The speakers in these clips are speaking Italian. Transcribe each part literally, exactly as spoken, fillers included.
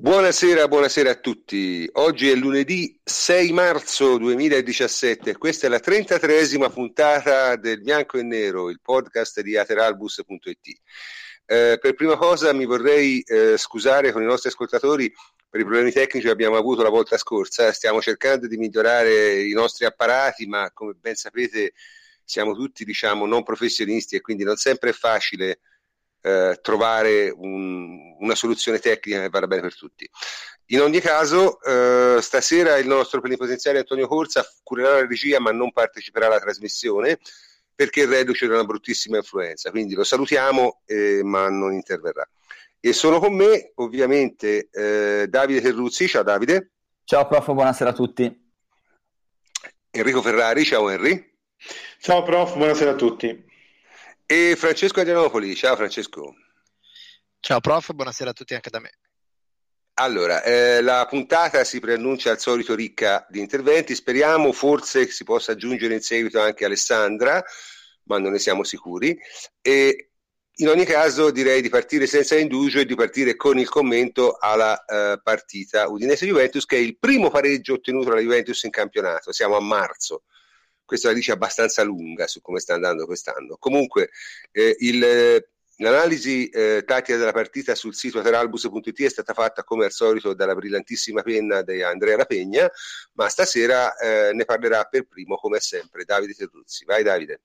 Buonasera, buonasera a tutti. Oggi è lunedì sei marzo duemiladiciassette. Questa è la trentatreesima puntata del Bianco e Nero, il podcast di ateralbus punto it. Eh, per prima cosa mi vorrei eh, scusare con i nostri ascoltatori per i problemi tecnici che abbiamo avuto la volta scorsa. Stiamo cercando di migliorare i nostri apparati, ma come ben sapete siamo tutti, diciamo, non professionisti e quindi non sempre è facile Eh, trovare un, una soluzione tecnica che vada bene per tutti. In ogni caso, eh, stasera il nostro plenipotenziario Antonio Corsa curerà la regia ma non parteciperà alla trasmissione perché è reduce da una bruttissima influenza, quindi lo salutiamo eh, ma non interverrà. E sono con me ovviamente eh, Davide Terruzzi. Ciao Davide. Ciao prof, buonasera a tutti. Enrico Ferrari. Ciao Henry. Ciao prof, buonasera a tutti. E Francesco Adrianopoli. Ciao Francesco. Ciao prof, buonasera a tutti anche da me. Allora, eh, la puntata si preannuncia al solito ricca di interventi, speriamo forse si possa aggiungere in seguito anche Alessandra, ma non ne siamo sicuri. E in ogni caso direi di partire senza indugio e di partire con il commento alla eh, partita Udinese-Juventus, che è il primo pareggio ottenuto dalla Juventus in campionato. Siamo a marzo. Questa la dice abbastanza lunga su come sta andando quest'anno. Comunque, eh, il, eh, l'analisi eh, tattica della partita sul sito ateralbus punto it è stata fatta come al solito dalla brillantissima penna di Andrea Rapegna, ma stasera eh, ne parlerà per primo, come sempre, Davide Terruzzi. Vai Davide.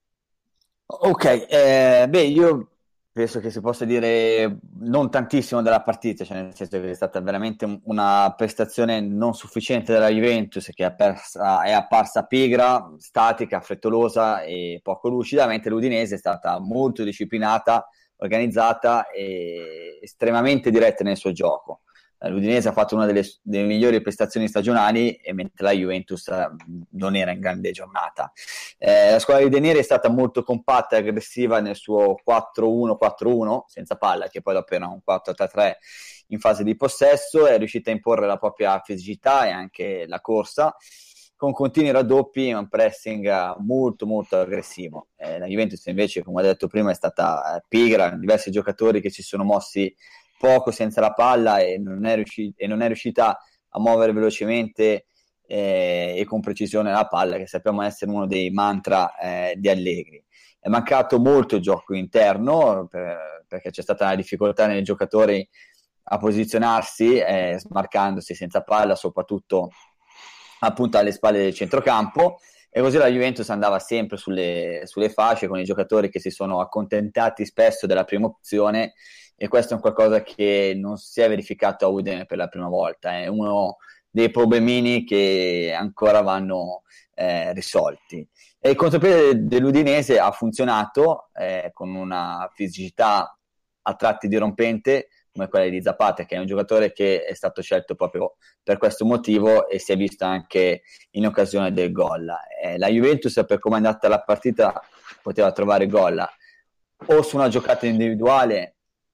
Ok, eh, beh, io penso che si possa dire non tantissimo della partita, cioè nel senso che è stata veramente una prestazione non sufficiente della Juventus, che è, persa, è apparsa pigra, statica, frettolosa e poco lucida, mentre l'Udinese è stata molto disciplinata, organizzata e estremamente diretta nel suo gioco. L'Udinese ha fatto una delle, delle migliori prestazioni stagionali, e mentre la Juventus non era in grande giornata. Eh, la squadra di De Neri è stata molto compatta e aggressiva nel suo quattro uno quattro uno senza palla, che poi dopo era un quattro tre tre in fase di possesso. È riuscita a imporre la propria fisicità e anche la corsa con continui raddoppi e un pressing molto molto aggressivo. Eh, la Juventus invece, come ho detto prima, è stata pigra, diversi giocatori che si sono mossi poco senza la palla e non è, riuscita, e non è riuscita a muovere velocemente eh, e con precisione la palla, che sappiamo essere uno dei mantra eh, di Allegri. È mancato molto il gioco interno per, perché c'è stata una difficoltà nei giocatori a posizionarsi eh, smarcandosi senza palla, soprattutto appunto alle spalle del centrocampo, e così la Juventus andava sempre sulle, sulle fasce con i giocatori che si sono accontentati spesso della prima opzione, e questo è un qualcosa che non si è verificato a Udine per la prima volta. È uno dei problemini che ancora vanno eh, risolti. E il contropiede dell'Udinese ha funzionato eh, con una fisicità a tratti dirompente come quella di Zapata, che è un giocatore che è stato scelto proprio per questo motivo e si è visto anche in occasione del gol. Eh, la Juventus, per come è andata la partita, poteva trovare gol o su una giocata individuale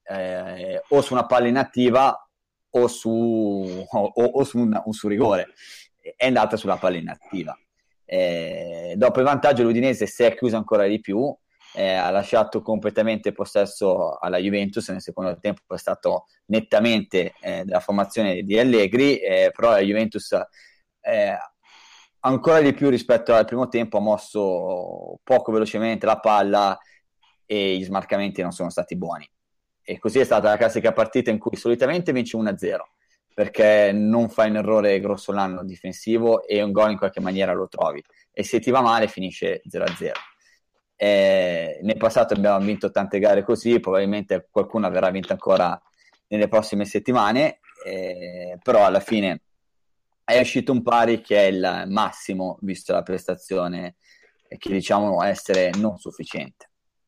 Eh, o su una palla inattiva o su, o, o su un, un su rigore. È andata sulla palla inattiva. Eh, dopo il vantaggio l'Udinese si è chiusa ancora di più, eh, ha lasciato completamente possesso alla Juventus. Nel secondo tempo è stato nettamente eh, della formazione di Allegri, eh, però la Juventus eh, ancora di più rispetto al primo tempo ha mosso poco velocemente la palla e gli smarcamenti non sono stati buoni. E così è stata la classica partita in cui solitamente vinci uno a zero perché non fai un errore grossolano difensivo e un gol in qualche maniera lo trovi, e se ti va male finisce zero a zero. Eh, nel passato abbiamo vinto tante gare così, probabilmente qualcuna verrà vinta ancora nelle prossime settimane, eh, però alla fine è uscito un pari che è il massimo visto la prestazione, che diciamo essere non sufficiente.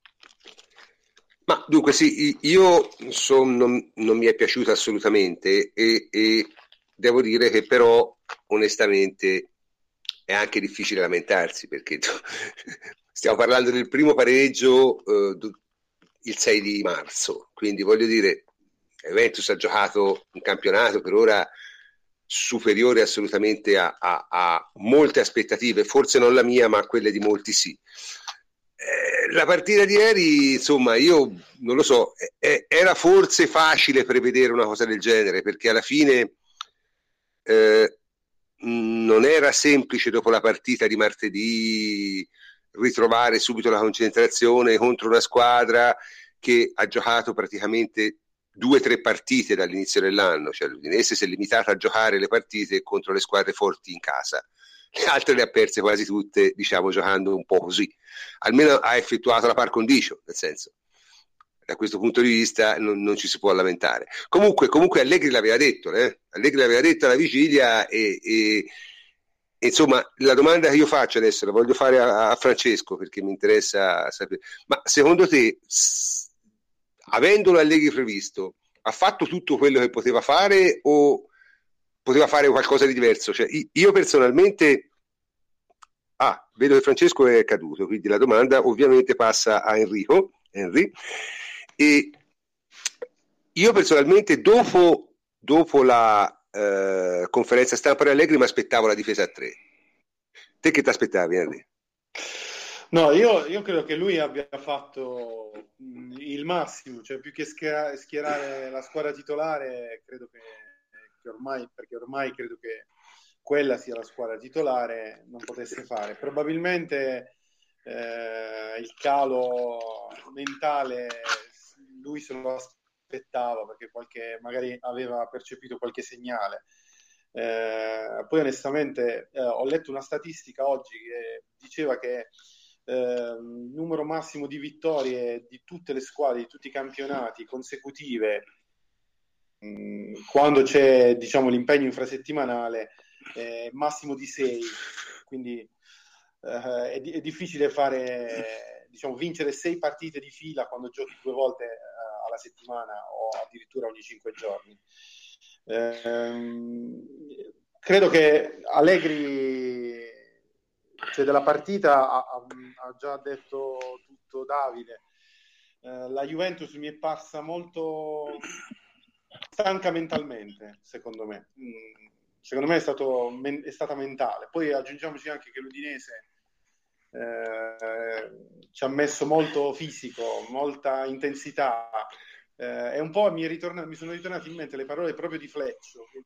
Ma dunque sì, io son, non, non mi è piaciuta assolutamente e, e devo dire che però onestamente è anche difficile lamentarsi, perché tu, stiamo parlando del primo pareggio eh, il sei di marzo, quindi voglio dire, Juventus ha giocato un campionato per ora superiore assolutamente a, a, a molte aspettative, forse non la mia ma quelle di molti sì. eh, la partita di ieri, insomma, io non lo so, eh, era forse facile prevedere una cosa del genere, perché alla fine eh, non era semplice dopo la partita di martedì ritrovare subito la concentrazione contro una squadra che ha giocato praticamente due o tre partite dall'inizio dell'anno, cioè l'Udinese si è limitata a giocare le partite contro le squadre forti in casa, le altre le ha perse quasi tutte, diciamo, giocando un po' così, almeno ha effettuato la par condicio, nel senso, da questo punto di vista non, non ci si può lamentare. Comunque, comunque Allegri l'aveva detto, eh? Allegri l'aveva detto alla vigilia e, e, e insomma la domanda che io faccio adesso la voglio fare a, a Francesco perché mi interessa sapere, ma secondo te, s- avendolo Allegri previsto, ha fatto tutto quello che poteva fare o poteva fare qualcosa di diverso? Cioè, io personalmente ah, vedo che Francesco è caduto, quindi la domanda ovviamente passa a Enrico Henry. E io personalmente dopo, dopo la eh, conferenza stampa di Allegri mi aspettavo la difesa a tre. Te che ti aspettavi, Henry? No, io, io credo che lui abbia fatto mh, il massimo, cioè più che schierare, schierare la squadra titolare, credo che, che ormai, perché ormai credo che quella sia la squadra titolare, non potesse fare. Probabilmente eh, il calo mentale lui se lo aspettava perché qualche, magari aveva percepito qualche segnale. Eh, poi onestamente eh, ho letto una statistica oggi che diceva che eh, il numero massimo di vittorie di tutte le squadre, di tutti i campionati consecutive mh, quando c'è diciamo l'impegno infrasettimanale eh, massimo di sei, quindi eh, è, di- è difficile fare diciamo vincere sei partite di fila quando giochi due volte eh, alla settimana o addirittura ogni cinque giorni. Ehm, credo che Allegri, cioè della partita, ha, ha- ha già detto tutto Davide. Eh, la Juventus mi è parsa molto stanca mentalmente, secondo me. Mm, secondo me è, stato, men- è stata mentale. Poi aggiungiamoci anche che l'Udinese eh, ci ha messo molto fisico, molta intensità. Eh, e un po' mi, è ritorna- mi sono ritornate in mente le parole proprio di Fleccio, che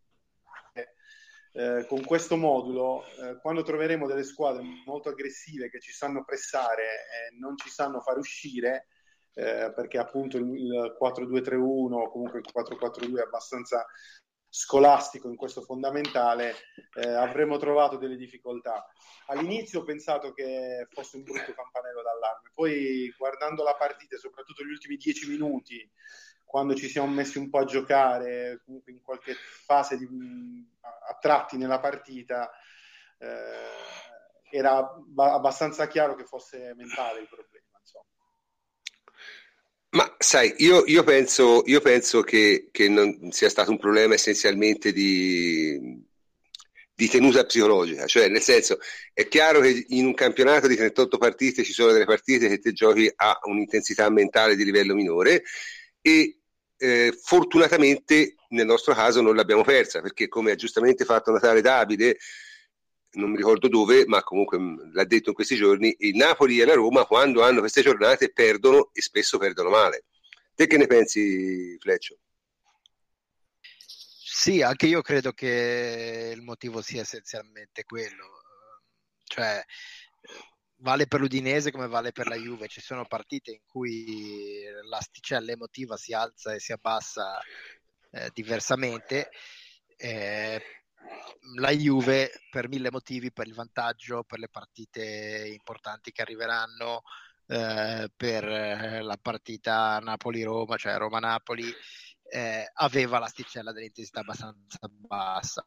eh, con questo modulo, eh, quando troveremo delle squadre molto aggressive che ci sanno pressare e non ci sanno far uscire, eh, perché appunto il, il quattro due tre uno o comunque il quattro quattro due è abbastanza scolastico in questo fondamentale, eh, avremmo trovato delle difficoltà. All'inizio ho pensato che fosse un brutto campanello d'allarme, poi guardando la partita, soprattutto gli ultimi dieci minuti, quando ci siamo messi un po' a giocare, comunque in qualche fase di, a tratti nella partita, eh, era ba- abbastanza chiaro che fosse mentale il problema, insomma. Ma sai, io, io penso, io penso che, che non sia stato un problema essenzialmente di, di tenuta psicologica, cioè nel senso è chiaro che in un campionato di trentotto partite ci sono delle partite che te giochi a un'intensità mentale di livello minore e eh, fortunatamente nel nostro caso non l'abbiamo persa perché come ha giustamente fatto notare Davide, non mi ricordo dove, ma comunque l'ha detto in questi giorni, il Napoli e la Roma quando hanno queste giornate perdono e spesso perdono male. Te che ne pensi, Fleccio? Sì, anche io credo che il motivo sia essenzialmente quello, cioè vale per l'Udinese come vale per la Juve, ci sono partite in cui l'asticella emotiva si alza e si abbassa eh, diversamente. Eh, la Juve per mille motivi, per il vantaggio, per le partite importanti che arriveranno, eh, per eh, la partita Napoli-Roma, cioè Roma-Napoli, eh, aveva l'asticella dell'intensità abbastanza bassa.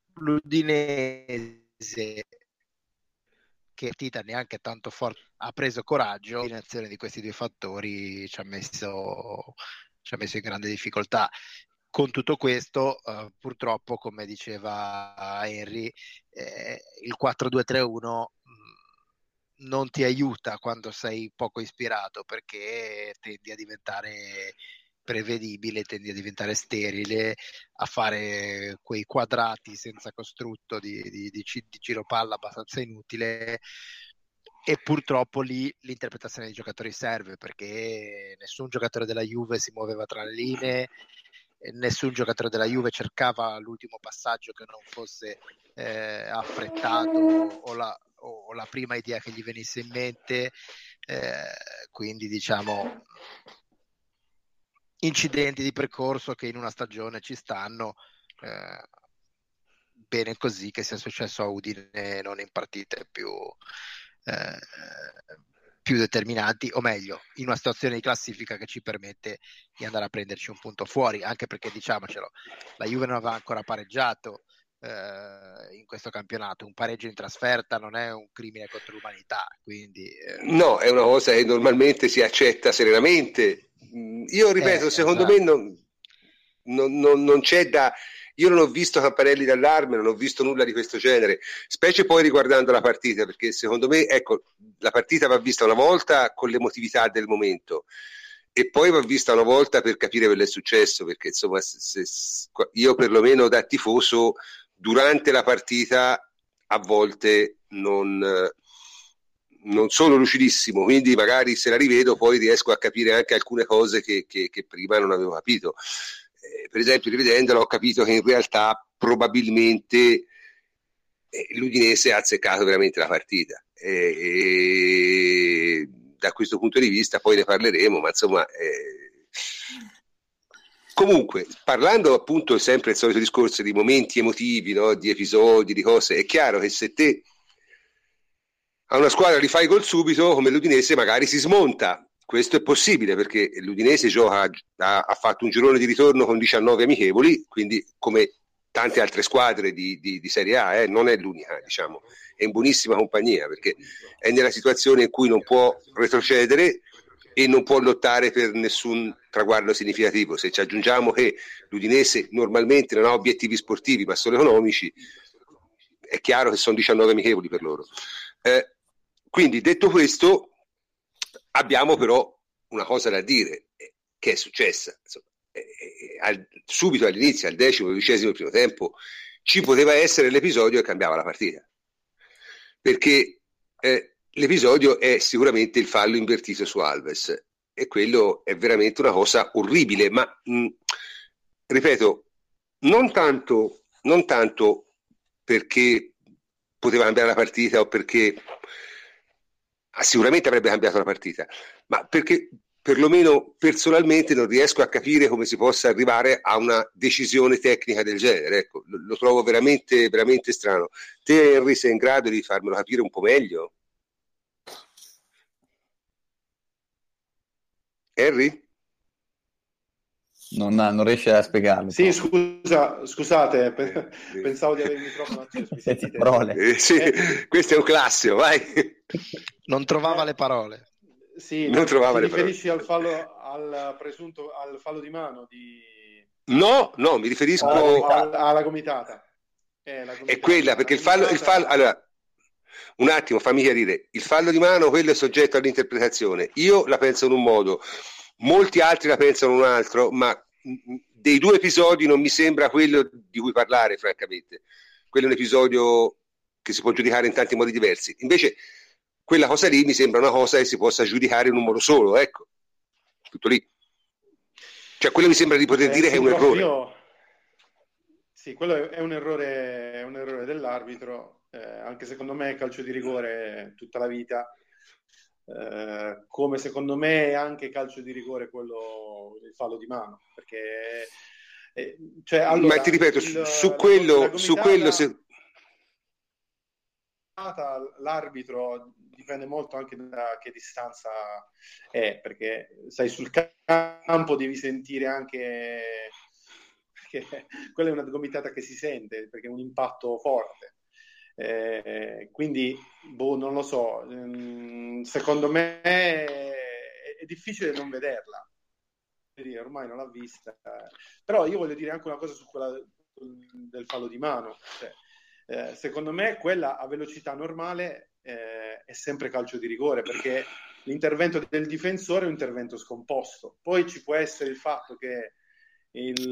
L'Udinese, che partita neanche tanto forte, ha preso coraggio, la combinazione di questi due fattori ci ha messo, ci ha messo in grande difficoltà. Con tutto questo, eh, purtroppo, come diceva Henry, eh, il quattro due tre uno mh, non ti aiuta quando sei poco ispirato perché tendi a diventare prevedibile, tendi a diventare sterile, a fare quei quadrati senza costrutto di, di, di, di giro palla abbastanza inutile e purtroppo lì l'interpretazione dei giocatori serve, perché nessun giocatore della Juve si muoveva tra le linee, nessun giocatore della Juve cercava l'ultimo passaggio che non fosse eh, affrettato o la, o la prima idea che gli venisse in mente, eh, quindi diciamo incidenti di percorso che in una stagione ci stanno, eh, bene così che sia successo a Udine non in partite più eh, più determinanti, o meglio in una situazione di classifica che ci permette di andare a prenderci un punto fuori, anche perché diciamocelo, la Juve non aveva ancora pareggiato eh, in questo campionato. Un pareggio in trasferta non è un crimine contro l'umanità, quindi eh... no, è una cosa che normalmente si accetta serenamente. Io ripeto, eh, secondo esatto. me non, non, non, non c'è da... Io non ho visto campanelli d'allarme, non ho visto nulla di questo genere, specie poi riguardando la partita, perché secondo me, ecco, la partita va vista una volta con l'emotività del momento e poi va vista una volta per capire quello che è successo, perché insomma se, se, io perlomeno da tifoso durante la partita a volte non, non sono lucidissimo, quindi magari se la rivedo poi riesco a capire anche alcune cose che, che, che prima non avevo capito. Per esempio, rivedendola ho capito che in realtà probabilmente eh, l'Udinese ha azzeccato veramente la partita e, e da questo punto di vista poi ne parleremo, ma insomma eh... comunque parlando appunto sempre il solito discorso di momenti emotivi, no? Di episodi, di cose, è chiaro che se te a una squadra li fai gol subito, come l'Udinese magari si smonta. Questo è possibile perché l'Udinese gioca, ha, ha fatto un girone di ritorno con diciannove amichevoli, quindi come tante altre squadre di, di, di Serie A, eh, non è l'unica, diciamo, è in buonissima compagnia perché è nella situazione in cui non può retrocedere e non può lottare per nessun traguardo significativo. Se ci aggiungiamo che l'Udinese normalmente non ha obiettivi sportivi ma solo economici, è chiaro che sono diciannove amichevoli per loro. Eh, quindi detto questo, abbiamo però una cosa da dire, eh, che è successa. Insomma, eh, eh, al, subito all'inizio, al decimo, dodicesimo del primo tempo, ci poteva essere l'episodio che cambiava la partita. Perché eh, l'episodio è sicuramente il fallo invertito su Alves. E quello è veramente una cosa orribile, ma mh, ripeto, non tanto, non tanto perché poteva cambiare la partita o perché sicuramente avrebbe cambiato la partita, ma perché perlomeno personalmente non riesco a capire come si possa arrivare a una decisione tecnica del genere. Ecco, lo, lo trovo veramente, veramente strano. Te, Henry, sei in grado di farmelo capire un po' meglio? Henry? Non, non riesce a spiegarlo. Sì, scusa, scusate, eh, eh. pensavo di avere il microfono acceso. Senza parole. Eh, sì, eh. Questo è un classico, vai. Non trovava le parole. Sì, non no, trovava ti le riferisci parole. al fallo, al presunto, al fallo di mano di... No, no, mi riferisco oh, alla, alla gomitata. Eh, la gomitata. È quella, perché il fallo, il fallo, allora, un attimo, fammi chiarire, il fallo di mano, quello è soggetto all'interpretazione. Io la penso in un modo, molti altri la pensano in un altro, ma dei due episodi non mi sembra quello di cui parlare, francamente. Quello è un episodio che si può giudicare in tanti modi diversi. Invece quella cosa lì mi sembra una cosa che si possa giudicare in un modo solo, ecco. Tutto lì. Cioè quello mi sembra di poter eh, dire sì, che è un errore. Io... Sì, quello è un errore, è un errore dell'arbitro, eh, anche secondo me è calcio di rigore tutta la vita. Eh, come secondo me è anche calcio di rigore quello il fallo di mano, perché eh, cioè, allora, ma ti ripeto, il, su quello, gomitata, su quello se... l'arbitro dipende molto anche da che distanza è, perché sai, sul campo devi sentire anche che quella è una gomitata che si sente perché è un impatto forte. Eh, quindi boh, non lo so, ehm, secondo me è, è difficile non vederla, ormai non l'ha vista, però io voglio dire anche una cosa su quella del fallo di mano, cioè, eh, secondo me quella a velocità normale eh, è sempre calcio di rigore, perché l'intervento del difensore è un intervento scomposto. Poi ci può essere il fatto che il,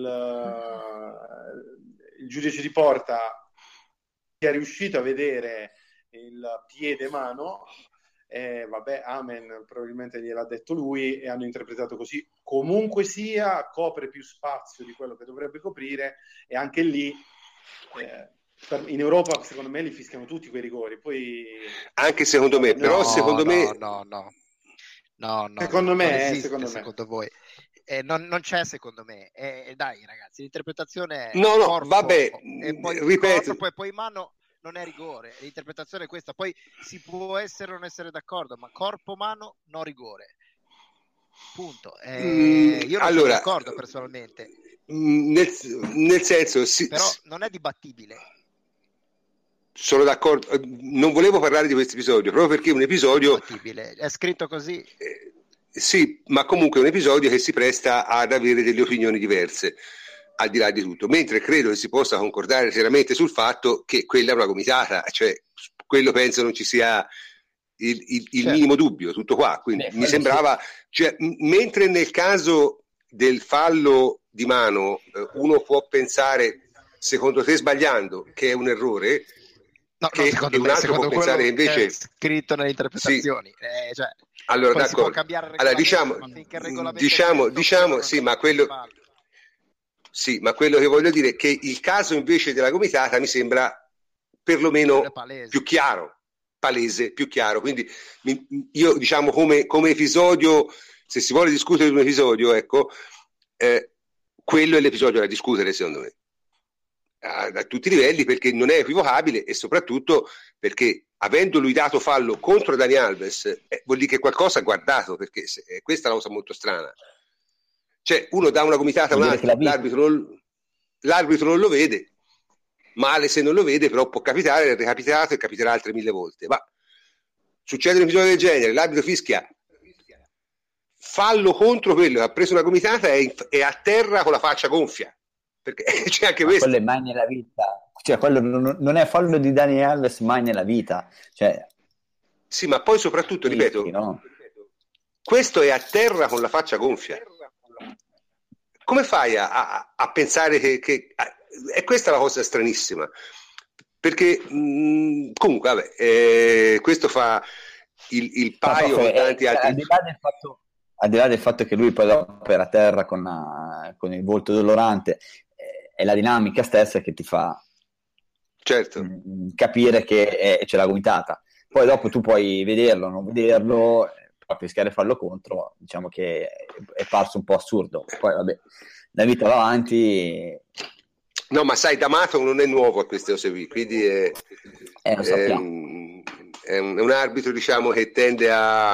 uh, il giudice di porta è riuscito a vedere il piede mano e vabbè, amen, probabilmente gliel'ha detto lui e hanno interpretato così. Comunque sia, copre più spazio di quello che dovrebbe coprire, e anche lì eh, per, in Europa secondo me li fischiano tutti quei rigori. Poi anche secondo me, però no, secondo no, me no, no, no, no, secondo no, me, non eh, esiste secondo, secondo me. voi. Eh, non, non c'è secondo me. Eh, dai ragazzi, l'interpretazione è no no corpo vabbè, e poi ripeto, corpo e poi mano, non è rigore. L'interpretazione è questa. Poi si può essere o non essere d'accordo, ma corpo mano non rigore. Punto. Eh, mm, io non allora, sono d'accordo personalmente. Nel, nel senso, sì, Però sì, non è dibattibile. sono d'accordo. Non volevo parlare di questo episodio proprio perché è un episodio Dibattibile. È scritto così. eh, sì, ma comunque è un episodio che si presta ad avere delle opinioni diverse, al di là di tutto, mentre credo che si possa concordare seriamente sul fatto che quella è una gomitata, cioè quello penso non ci sia il, il, il Certo. minimo dubbio, tutto qua. Quindi Beh, mi quello sembrava, cioè, m- mentre nel caso del fallo di mano eh, uno può pensare, secondo te sbagliando, che è un errore, No, che, no, e secondo un me, altro può secondo pensare quello che invece è scritto nelle sì. interpretazioni. Eh, cioè, Allora, poi si può d'accordo. cambiare il Allora, regolamento, diciamo, ma finché il regolamento diciamo, è questo, diciamo, quello non sì, è ma punto di quello, fallo. sì, ma quello che voglio dire è che il caso invece della gomitata mi sembra Quello è perlomeno palese. più chiaro, palese, più chiaro. Quindi mi- io, diciamo, come, come episodio, se si vuole discutere di un episodio, ecco, eh, quello è l'episodio da discutere, secondo me, a, a tutti i livelli, perché non è equivocabile e soprattutto perché avendo lui dato fallo contro Dani Alves, eh, vuol dire che qualcosa ha guardato, perché se, eh, questa è una cosa molto strana. Cioè, uno dà una gomitata a un Vuol dire che altro, l'ha visto. l'arbitro non, l'arbitro non lo vede, male se non lo vede, però può capitare, è recapitato e capiterà altre mille volte. Ma succede un episodio del genere, l'arbitro fischia, fallo contro quello che ha preso una gomitata e è, è a terra con la faccia gonfia, perché c'è anche Ma questo. quello è mai nella vita, cioè quello non, non è fallo di Dani Alves mai nella vita, cioè Sì, ma poi soprattutto, ripeto, fischi, no? questo è a terra con la faccia gonfia. Come fai a, a, a pensare che, che a, è questa la cosa stranissima, perché mh, comunque vabbè, eh, questo fa il, il paio No, con eh, tanti eh, altri. al di là del fatto, al di là del fatto che lui poi dopo era a terra con, uh, con il volto dolorante, eh, è la dinamica stessa che ti fa Certo. mh, capire che è, c'è la gomitata. Poi dopo tu puoi vederlo, non vederlo, a fischiare e farlo contro, diciamo che è parso un po' assurdo. Poi vabbè, la vita va avanti. No, ma sai, D'Amato non è nuovo a queste cose qui, quindi è, Eh, lo è, sappiamo. è, un, è un arbitro, diciamo, che tende a,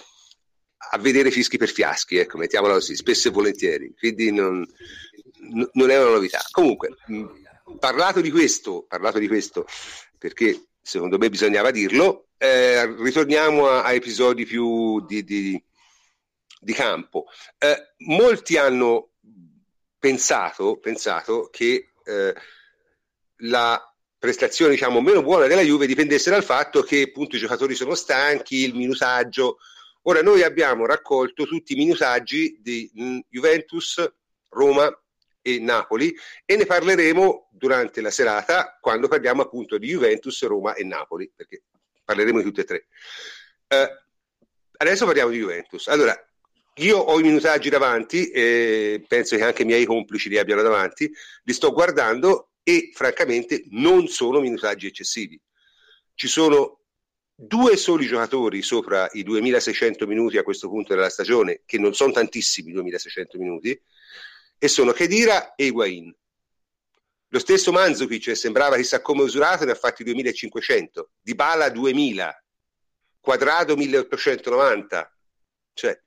a vedere fischi per fiaschi, ecco, mettiamola così, spesso e volentieri, quindi non, n- non è una novità. Comunque, mh, parlato di questo, parlato di questo, perché secondo me bisognava dirlo, eh, ritorniamo a, a episodi più di, di, di campo. Eh, molti hanno pensato, pensato che eh, la prestazione, diciamo, meno buona della Juve dipendesse dal fatto che appunto i giocatori sono stanchi, il minutaggio. Ora noi abbiamo raccolto tutti i minutaggi di mh, Juventus, Roma e Napoli e ne parleremo durante la serata quando parliamo appunto di Juventus, Roma e Napoli, perché parleremo di tutte e tre. Eh, adesso parliamo di Juventus. Allora, io ho i minutaggi davanti e penso che anche i miei complici li abbiano davanti, li sto guardando e francamente non sono minutaggi eccessivi. Ci sono due soli giocatori sopra i duemilaseicento minuti a questo punto della stagione, che non sono tantissimi duemilaseicento minuti, e sono Khedira e Higuain. Lo stesso Mandzukic sembrava chissà come usurato, ne ha fatti duemilacinquecento, Dybala duemila, Quadrado milleottocentonovanta, cioè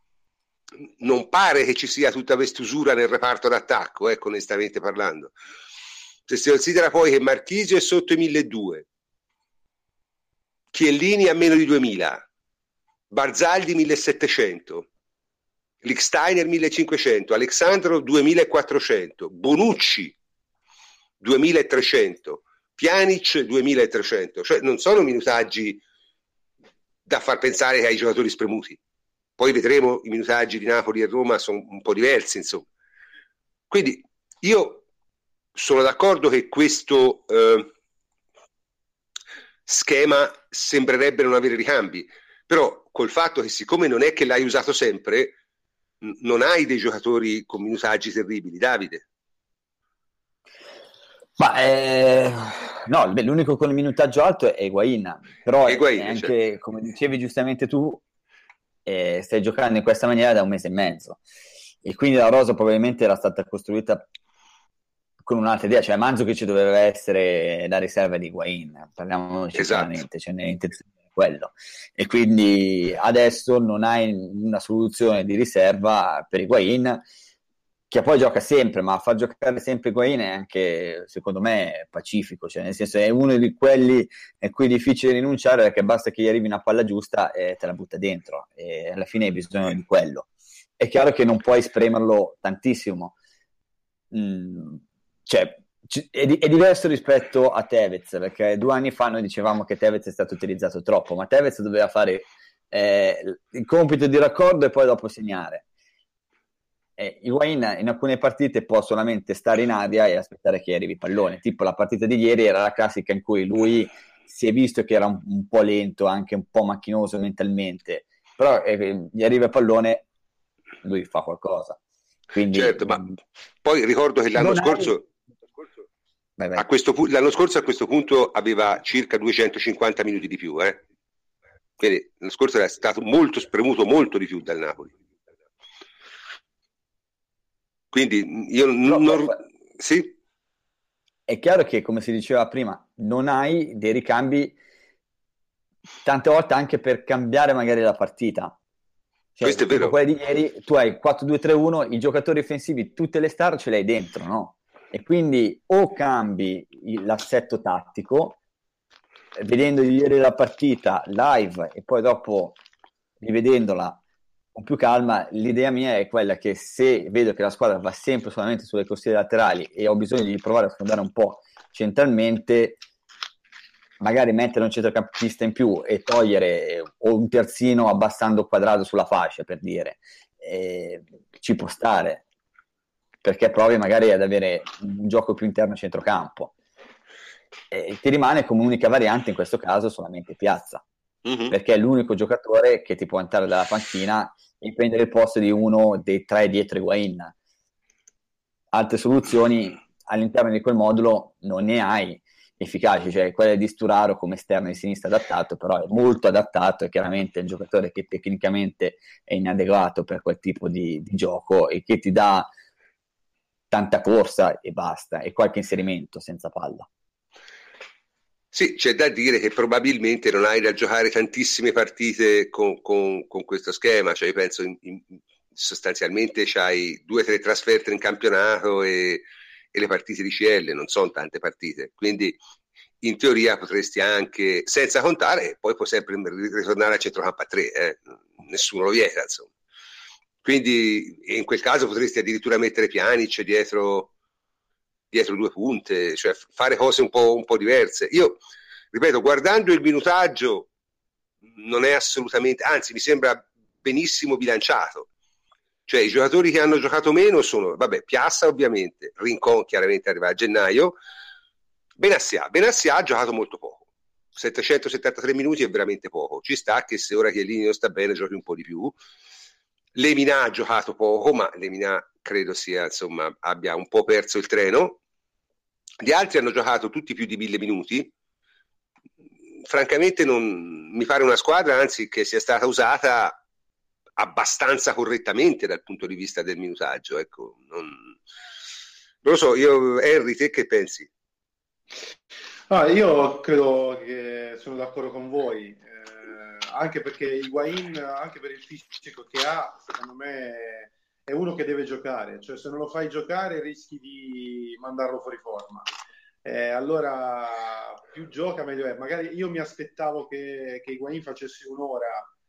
non pare che ci sia tutta quest'usura nel reparto d'attacco, ecco, onestamente parlando. Se si considera poi che Marchisio è sotto i milleduecento, Chiellini a meno di duemila, Barzagli millesettecento, Lichtsteiner millecinquecento, Alexandro duemilaquattrocento, Bonucci duemilatrecento, Pjanic duemilatrecento, cioè non sono minutaggi da far pensare ai giocatori spremuti. Poi vedremo i minutaggi di Napoli e Roma sono un po' diversi, insomma. Quindi io sono d'accordo che questo eh, schema sembrerebbe non avere ricambi, Però col fatto che siccome non è che l'hai usato sempre, n- non hai dei giocatori con minutaggi terribili, Davide. Ma eh, no, beh, l'unico con il minutaggio alto è Higuain, però è Higuain, anche, cioè. come dicevi giustamente tu, eh, stai giocando in questa maniera da un mese e mezzo e quindi la rosa probabilmente era stata costruita con un'altra idea, cioè Mandzukic doveva essere la riserva di Higuain, parliamoci Esatto. chiaramente, cioè nell'intenzione è quello. E quindi adesso non hai una soluzione di riserva per Higuain, che poi gioca sempre, ma far giocare sempre Higuain è anche, secondo me, pacifico, cioè nel senso è uno di quelli a cui è difficile rinunciare perché basta che gli arrivi una palla giusta e te la butta dentro, e alla fine hai bisogno di quello. È chiaro che non puoi spremerlo tantissimo, mm, cioè, è, di- è diverso rispetto a Tevez, perché due anni fa noi dicevamo che Tevez è stato utilizzato troppo, ma Tevez doveva fare eh, il compito di raccordo e poi dopo segnare. Eh, Higuain in alcune partite può solamente stare in aria e aspettare che arrivi il pallone, tipo la partita di ieri era la classica in cui lui si è visto che era un, un po' lento, anche un po' macchinoso mentalmente, però eh, gli arriva il pallone, lui fa qualcosa. Quindi Certo, ma poi ricordo che l'anno non hai... scorso, Vai, a vai. questo pu- l'anno scorso a questo punto aveva circa duecentocinquanta minuti di più, eh? Quindi l'anno scorso era stato molto spremuto, molto di più dal Napoli. Quindi io Però non... poi Sì? è chiaro che, come si diceva prima, non hai dei ricambi tante volte anche per cambiare magari la partita. Questo Cioè, è tipo vero. quella di ieri, tu hai quattro due tre uno, i giocatori offensivi, tutte le star ce le hai dentro, no? E quindi o cambi il- l'assetto tattico, eh, vedendo ieri la partita live e poi dopo rivedendola con più calma, l'idea mia è quella che se vedo che la squadra va sempre solamente sulle corsie laterali e ho bisogno di provare a sfondare un po' centralmente, magari mettere un centrocampista in più e togliere eh, o un terzino abbassando quadrato sulla fascia, per dire, eh, ci può stare, perché provi magari ad avere un gioco più interno a centrocampo. E ti rimane come unica variante in questo caso solamente Piazza, Mhm. perché è l'unico giocatore che ti può entrare dalla panchina e prendere il posto di uno dei tre dietro Higuain. Altre soluzioni all'interno di quel modulo non ne hai efficaci, cioè quella di Sturaro come esterno di sinistra adattato, però è molto adattato, è chiaramente un giocatore che tecnicamente è inadeguato per quel tipo di, di gioco e che ti dà tanta corsa e basta, e qualche inserimento senza palla. Sì, c'è da dire che probabilmente non hai da giocare tantissime partite con, con- con questo schema, cioè io penso in- in- sostanzialmente c'hai due o tre trasferte in campionato e, e le partite di C L, non sono tante partite, quindi in teoria potresti anche, senza contare, che poi puoi sempre ritornare a centrocampo a tre, eh, nessuno lo vieta, insomma. Quindi in quel caso potresti addirittura mettere Pjanic dietro, dietro due punte, cioè fare cose un po', un po' diverse. Io, ripeto, guardando il minutaggio non è assolutamente, anzi mi sembra benissimo bilanciato. Cioè i giocatori che hanno giocato meno sono, vabbè, Piazza ovviamente, Rincon chiaramente arriva a gennaio, Benassia, Benassia ha giocato molto poco, settecentosettantatré minuti è veramente poco, ci sta che se ora Chiellini non sta bene giochi un po' di più. Lemina ha giocato poco, ma Lemina credo sia, insomma, abbia un po' perso il treno. Gli altri hanno giocato tutti più di mille minuti. Francamente non mi pare una squadra, anzi, che sia stata usata abbastanza correttamente dal punto di vista del minutaggio. Ecco, non, non lo so, io, Henry, te che pensi? Ah, io credo che sono d'accordo con voi, eh, anche perché Higuain, anche per il fisico che ha, secondo me è uno che deve giocare, cioè se non lo fai giocare rischi di mandarlo fuori forma. Eh, allora più gioca meglio è. Magari io mi aspettavo che, che Higuain facesse un'ora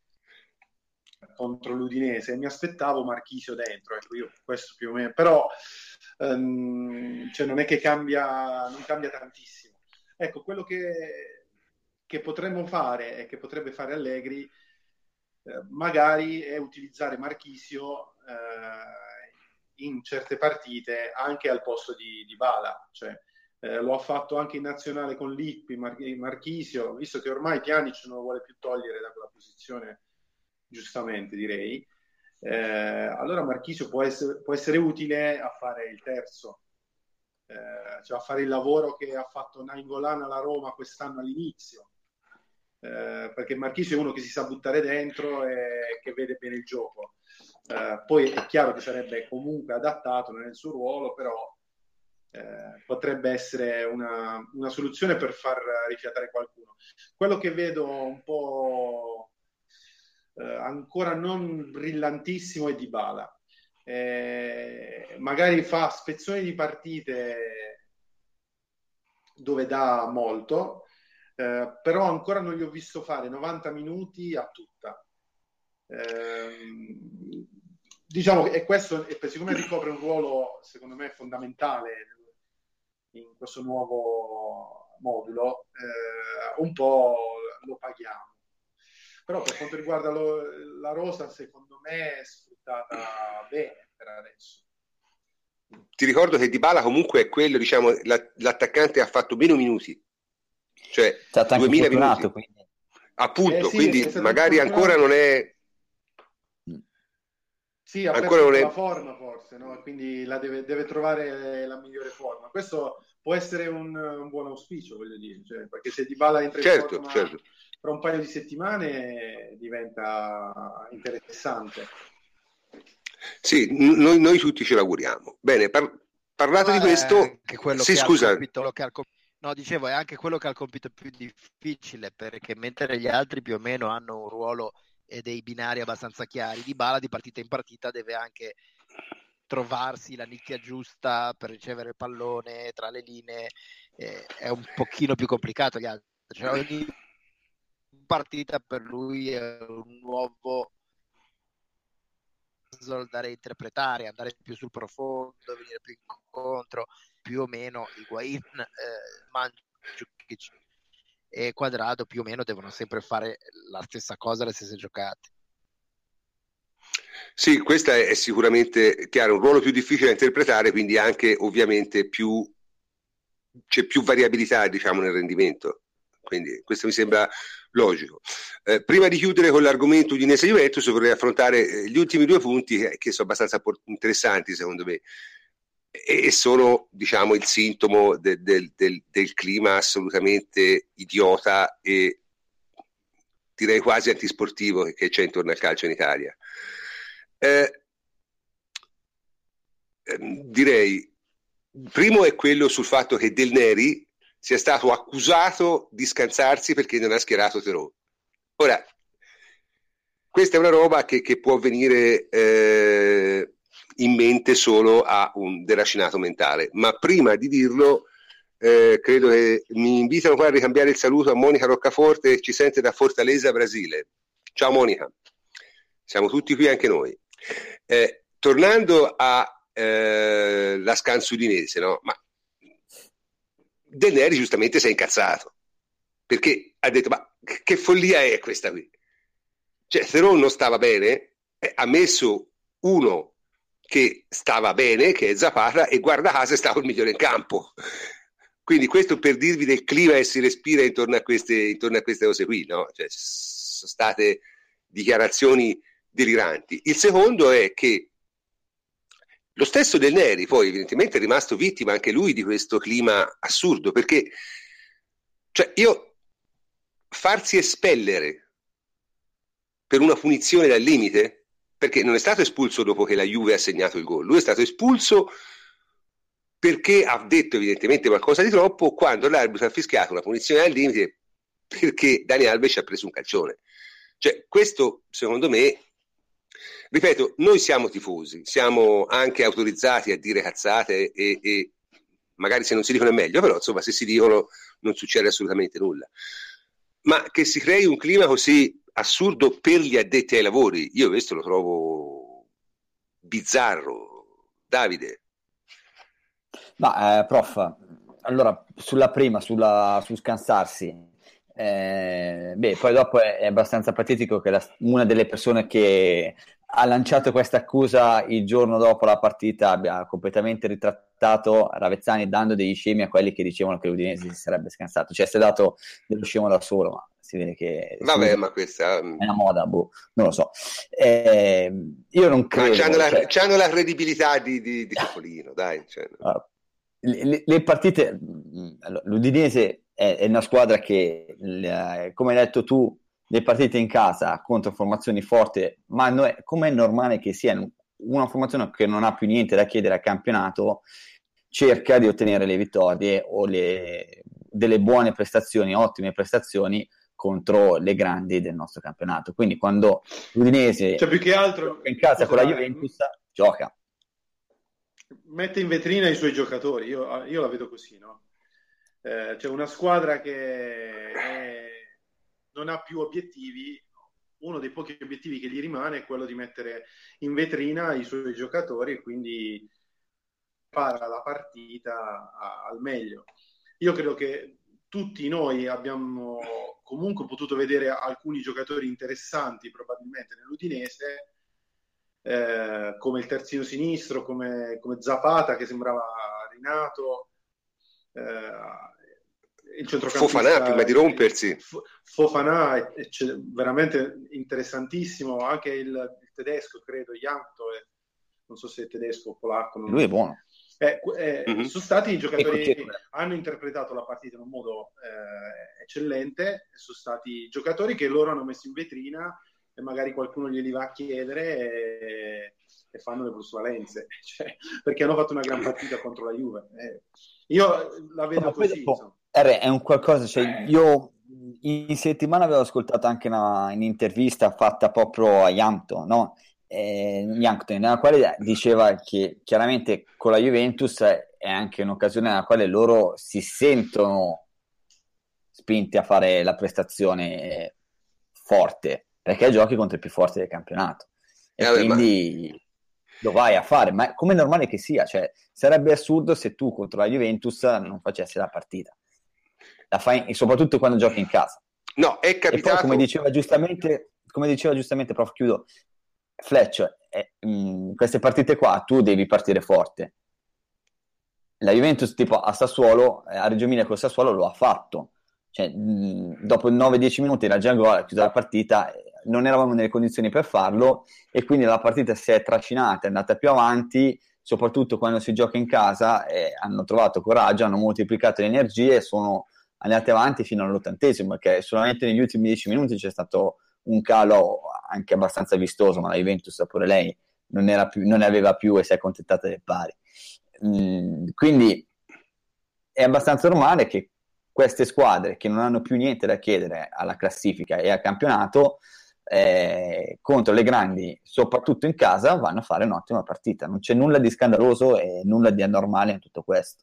contro l'Udinese e mi aspettavo Marchisio dentro, ecco, io questo più o meno, però ehm, cioè non è che cambia, non cambia tantissimo. Ecco, quello che, che potremmo fare e che potrebbe fare Allegri eh, magari è utilizzare Marchisio eh, in certe partite anche al posto di, di Bala, cioè eh, lo ha fatto anche in nazionale con Lippi, Mar- Marchisio, visto che ormai Pjanic non lo vuole più togliere da quella posizione, giustamente direi. Eh, allora Marchisio può essere, può essere utile a fare il terzo, eh, cioè a fare il lavoro che ha fatto Nainggolan alla Roma quest'anno all'inizio, eh, perché Marchisio è uno che si sa buttare dentro e che vede bene il gioco. Eh, poi è chiaro che sarebbe comunque adattato nel suo ruolo, però eh, potrebbe essere una, una soluzione per far rifiatare qualcuno. Quello che vedo un po' eh, ancora non brillantissimo è Dybala. Eh, magari fa spezzoni di partite dove dà molto, eh, però ancora non gli ho visto fare novanta minuti a tutta. Eh, diciamo che questo, siccome ricopre un ruolo secondo me fondamentale in questo nuovo modulo, eh, un po' lo paghiamo. Però per quanto riguarda lo, la rosa, secondo me è sfruttata bene per adesso. Ti ricordo che Dybala comunque è quello, diciamo, la, l'attaccante ha fatto meno minuti, cioè duemila minuti. Quindi. Appunto, eh sì, quindi magari ancora non è... Sì, ha ancora perso non è... la forma forse, no? Quindi la deve, deve trovare la migliore forma. Questo può essere un, un buon auspicio, voglio dire, cioè, perché se Dybala entra in certo, forma certo. tra un paio di settimane diventa interessante. Sì, noi, noi tutti ce l'auguriamo. Bene, par- parlato di questo... Anche quello sì, che scusa. Ha il compito, che ha il comp- no, dicevo, è anche quello che ha il compito più difficile, perché mentre gli altri più o meno hanno un ruolo e dei binari abbastanza chiari, Dybala di partita in partita deve anche trovarsi la nicchia giusta per ricevere il pallone tra le linee, eh, è un pochino più complicato gli altri, cioè, ogni partita per lui è un nuovo puzzle da reinterpretare, andare più sul profondo, venire più incontro, più o meno Higuain, eh, Mandzukic e Quadrado più o meno devono sempre fare la stessa cosa, le stesse giocate. Sì, questa è sicuramente chiaro, un ruolo più difficile da interpretare, quindi anche ovviamente più c'è più variabilità, diciamo, nel rendimento. Quindi questo mi sembra logico. Eh, prima di chiudere con l'argomento Udinese-Juventus vorrei affrontare gli ultimi due punti che, che sono abbastanza interessanti secondo me e, e sono, diciamo, il sintomo de, del, del, del clima assolutamente idiota e direi quasi antisportivo che, che c'è intorno al calcio in Italia. Eh, direi primo è quello sul fatto che Del Neri sia stato accusato di scansarsi perché non ha schierato Terò. Ora, questa è una roba che, che può venire eh, in mente solo a un deracinato mentale, ma prima di dirlo eh, credo che mi invitano qua a ricambiare il saluto a Monica Roccaforte che ci sente da Fortaleza, Brasile. Ciao Monica, siamo tutti qui anche noi. Eh, tornando a eh, la scanso udinese, no? Ma Del Neri giustamente si è incazzato perché ha detto ma che follia è questa qui, cioè Terò non stava bene, eh, ha messo uno che stava bene che è Zapata e guarda caso è stato il migliore in campo, quindi questo per dirvi del clima che si respira intorno a queste, intorno a queste cose qui, no? Cioè, sono state dichiarazioni deliranti. Il secondo è che lo stesso Del Neri poi evidentemente è rimasto vittima anche lui di questo clima assurdo, perché cioè io farsi espellere per una punizione dal limite, perché non è stato espulso dopo che la Juve ha segnato il gol, lui è stato espulso perché ha detto evidentemente qualcosa di troppo quando l'arbitro ha fischiato una punizione al limite perché Dani Alves ha preso un calcione. Cioè questo secondo me, ripeto, noi siamo tifosi, siamo anche autorizzati a dire cazzate e, e magari se non si dicono è meglio, però insomma se si dicono non succede assolutamente nulla, ma che si crei un clima così assurdo per gli addetti ai lavori, io questo lo trovo bizzarro. Davide? Ma eh, prof, allora sulla prima, sulla, su scansarsi, eh, beh, poi dopo è, è abbastanza patetico che la, una delle persone che ha lanciato questa accusa il giorno dopo la partita, abbia completamente ritrattato Ravezzani, dando degli scemi a quelli che dicevano che l'Udinese si sarebbe scansato. Cioè, si è dato dello scemo da solo, ma si vede che vabbè, ma questa è una moda, boh, non lo so. Eh, io non credo. Ma c'hanno la, cioè, c'hanno la credibilità di, di, di Topolino, dai. Cioè. Uh, le, le partite, l'Udinese è, è una squadra che, le, come hai detto tu, le partite in casa contro formazioni forti, ma no, come è normale che sia una formazione che non ha più niente da chiedere al campionato, cerca di ottenere le vittorie o le, delle buone prestazioni, ottime prestazioni contro le grandi del nostro campionato. Quindi quando l'Udinese cioè, più che altro, in casa scusa, con la Juventus gioca, mette in vetrina i suoi giocatori, io, io la vedo così, no? Eh, c'è una squadra che è, non ha più obiettivi, uno dei pochi obiettivi che gli rimane è quello di mettere in vetrina i suoi giocatori e quindi fare la partita a, al meglio. Io credo che tutti noi abbiamo comunque potuto vedere alcuni giocatori interessanti probabilmente nell'Udinese, eh, come il terzino sinistro, come, come Zapata che sembrava rinato, eh, il centrocampista Fofana prima di rompersi, Fofana è, è veramente interessantissimo, anche il, il tedesco credo, Jankto, non so se è tedesco o polacco, non lui è buono. Eh, eh, mm-hmm. Sono stati i giocatori che hanno interpretato la partita in un modo eh, eccellente, sono stati giocatori che loro hanno messo in vetrina e magari qualcuno glieli va a chiedere e, e fanno le plusvalenze, cioè, perché hanno fatto una gran partita contro la Juve. Eh, io la vedo così. Dopo, è un qualcosa, cioè, io in settimana avevo ascoltato anche una, un'intervista fatta proprio a Jankto, no? Eh, Yankton, nella quale diceva che chiaramente con la Juventus è anche un'occasione nella quale loro si sentono spinti a fare la prestazione forte, perché giochi contro i più forti del campionato e eh, quindi ma... lo vai a fare, ma come è normale che sia, cioè sarebbe assurdo se tu contro la Juventus non facessi la partita, la fai, e soprattutto quando giochi in casa. No, è capitato. E poi, come diceva giustamente, come diceva giustamente prof, chiudo, Fletch, eh, mh, queste partite qua tu devi partire forte. La Juventus tipo a Sassuolo, eh, a Reggio Emilia con Sassuolo lo ha fatto, cioè, mh, dopo nove dieci minuti era già gol, ha chiuso la partita, eh, non eravamo nelle condizioni per farlo e quindi la partita si è trascinata, è andata più avanti, soprattutto quando si gioca in casa, eh, hanno trovato coraggio, hanno moltiplicato le energie e sono andati avanti fino all'ottantesimo, perché solamente negli ultimi dieci minuti c'è stato un calo anche abbastanza vistoso, ma la Juventus pure lei non, era più, non ne aveva più e si è accontentata del pari. Mm, quindi è abbastanza normale che queste squadre che non hanno più niente da chiedere alla classifica e al campionato, eh, contro le grandi, soprattutto in casa, vanno a fare un'ottima partita. Non c'è nulla di scandaloso e nulla di anormale in tutto questo.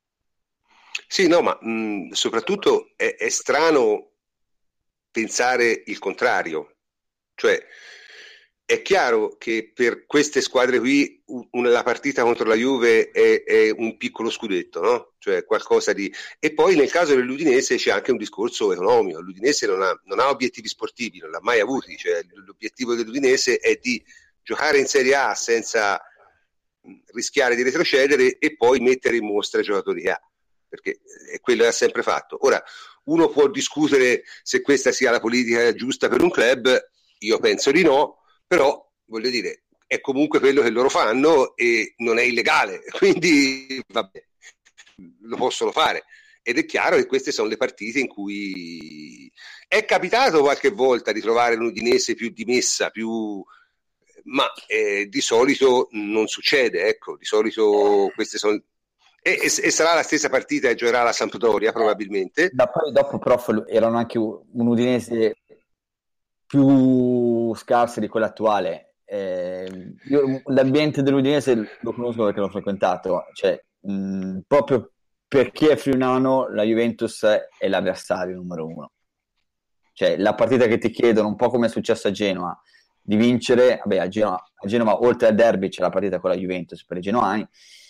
Sì, no, ma mh, soprattutto è, è strano pensare il contrario, cioè è chiaro che per queste squadre qui una, la partita contro la Juve è, è un piccolo scudetto, no? Cioè qualcosa di... E poi nel caso dell'Udinese c'è anche un discorso economico, l'Udinese non ha, non ha obiettivi sportivi, non l'ha mai avuti, cioè l'obiettivo dell'Udinese è di giocare in Serie A senza rischiare di retrocedere e poi mettere in mostra i giocatori A, perché è quello che ha sempre fatto. Ora, uno può discutere se questa sia la politica giusta per un club, io penso di no, però voglio dire, è comunque quello che loro fanno e non è illegale, quindi vabbè, lo possono fare. Ed è chiaro che queste sono le partite in cui è capitato qualche volta di trovare l'Udinese più dimessa, più... ma eh, di solito non succede, ecco, di solito queste sono... E, e, e sarà la stessa partita che giocherà la Sampdoria probabilmente. Da poi dopo prof erano anche un Udinese più scarse di quella attuale. Eh, io l'ambiente dell'Udinese lo conosco perché l'ho frequentato, cioè mh, proprio perché è friulano la Juventus è l'avversario numero uno. Cioè la partita che ti chiedono, un po' come è successo a Genova, di vincere, vabbè a Genova, a Genova oltre al derby c'è la partita con la Juventus per i genoani.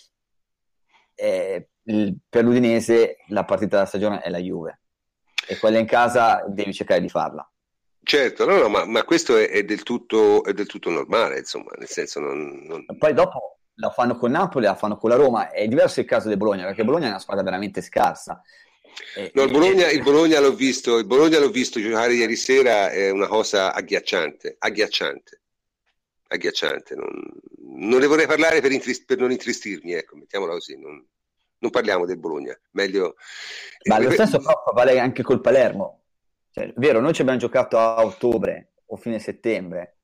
Eh, per l'Udinese la partita della stagione è la Juve e quella in casa devi cercare di farla, Certo, no, no, ma, ma questo è, è del tutto, è del tutto normale, insomma, nel senso non, non- Poi dopo la fanno con Napoli, la fanno con la Roma. È diverso il caso del Bologna, perché Bologna è una squadra veramente scarsa. E, No, il e- Bologna, il e- Bologna l'ho visto, il Bologna l'ho visto giocare ieri sera, è una cosa agghiacciante, agghiacciante, agghiacciante. Non, non ne vorrei parlare per, intris- per non intristirmi, ecco, mettiamola così, non, non parliamo del Bologna, meglio... Ma lo eh, stesso però vale anche col Palermo. Cioè, è vero, noi ci abbiamo giocato a ottobre o fine settembre,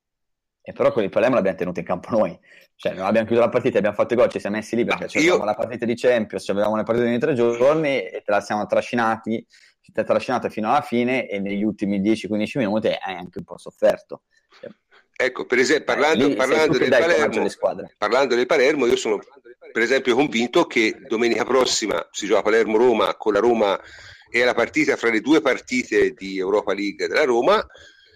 e però con il Palermo l'abbiamo tenuto in campo noi. Cioè, non abbiamo chiuso la partita, abbiamo fatto i gol, ci siamo messi lì ma perché avevamo io, la partita di Champions, avevamo le partite di tre giorni e te la siamo trascinati, ci te trascinata fino alla fine e negli ultimi dieci quindici minuti hai anche un po' sofferto. Cioè, ecco, per esempio, eh, parlando, lì sei tu parlando che del dai coraggio alle Palermo, squadre. parlando del Palermo, io sono per esempio convinto che domenica prossima si gioca Palermo-Roma, con la Roma è la partita fra le due partite di Europa League della Roma,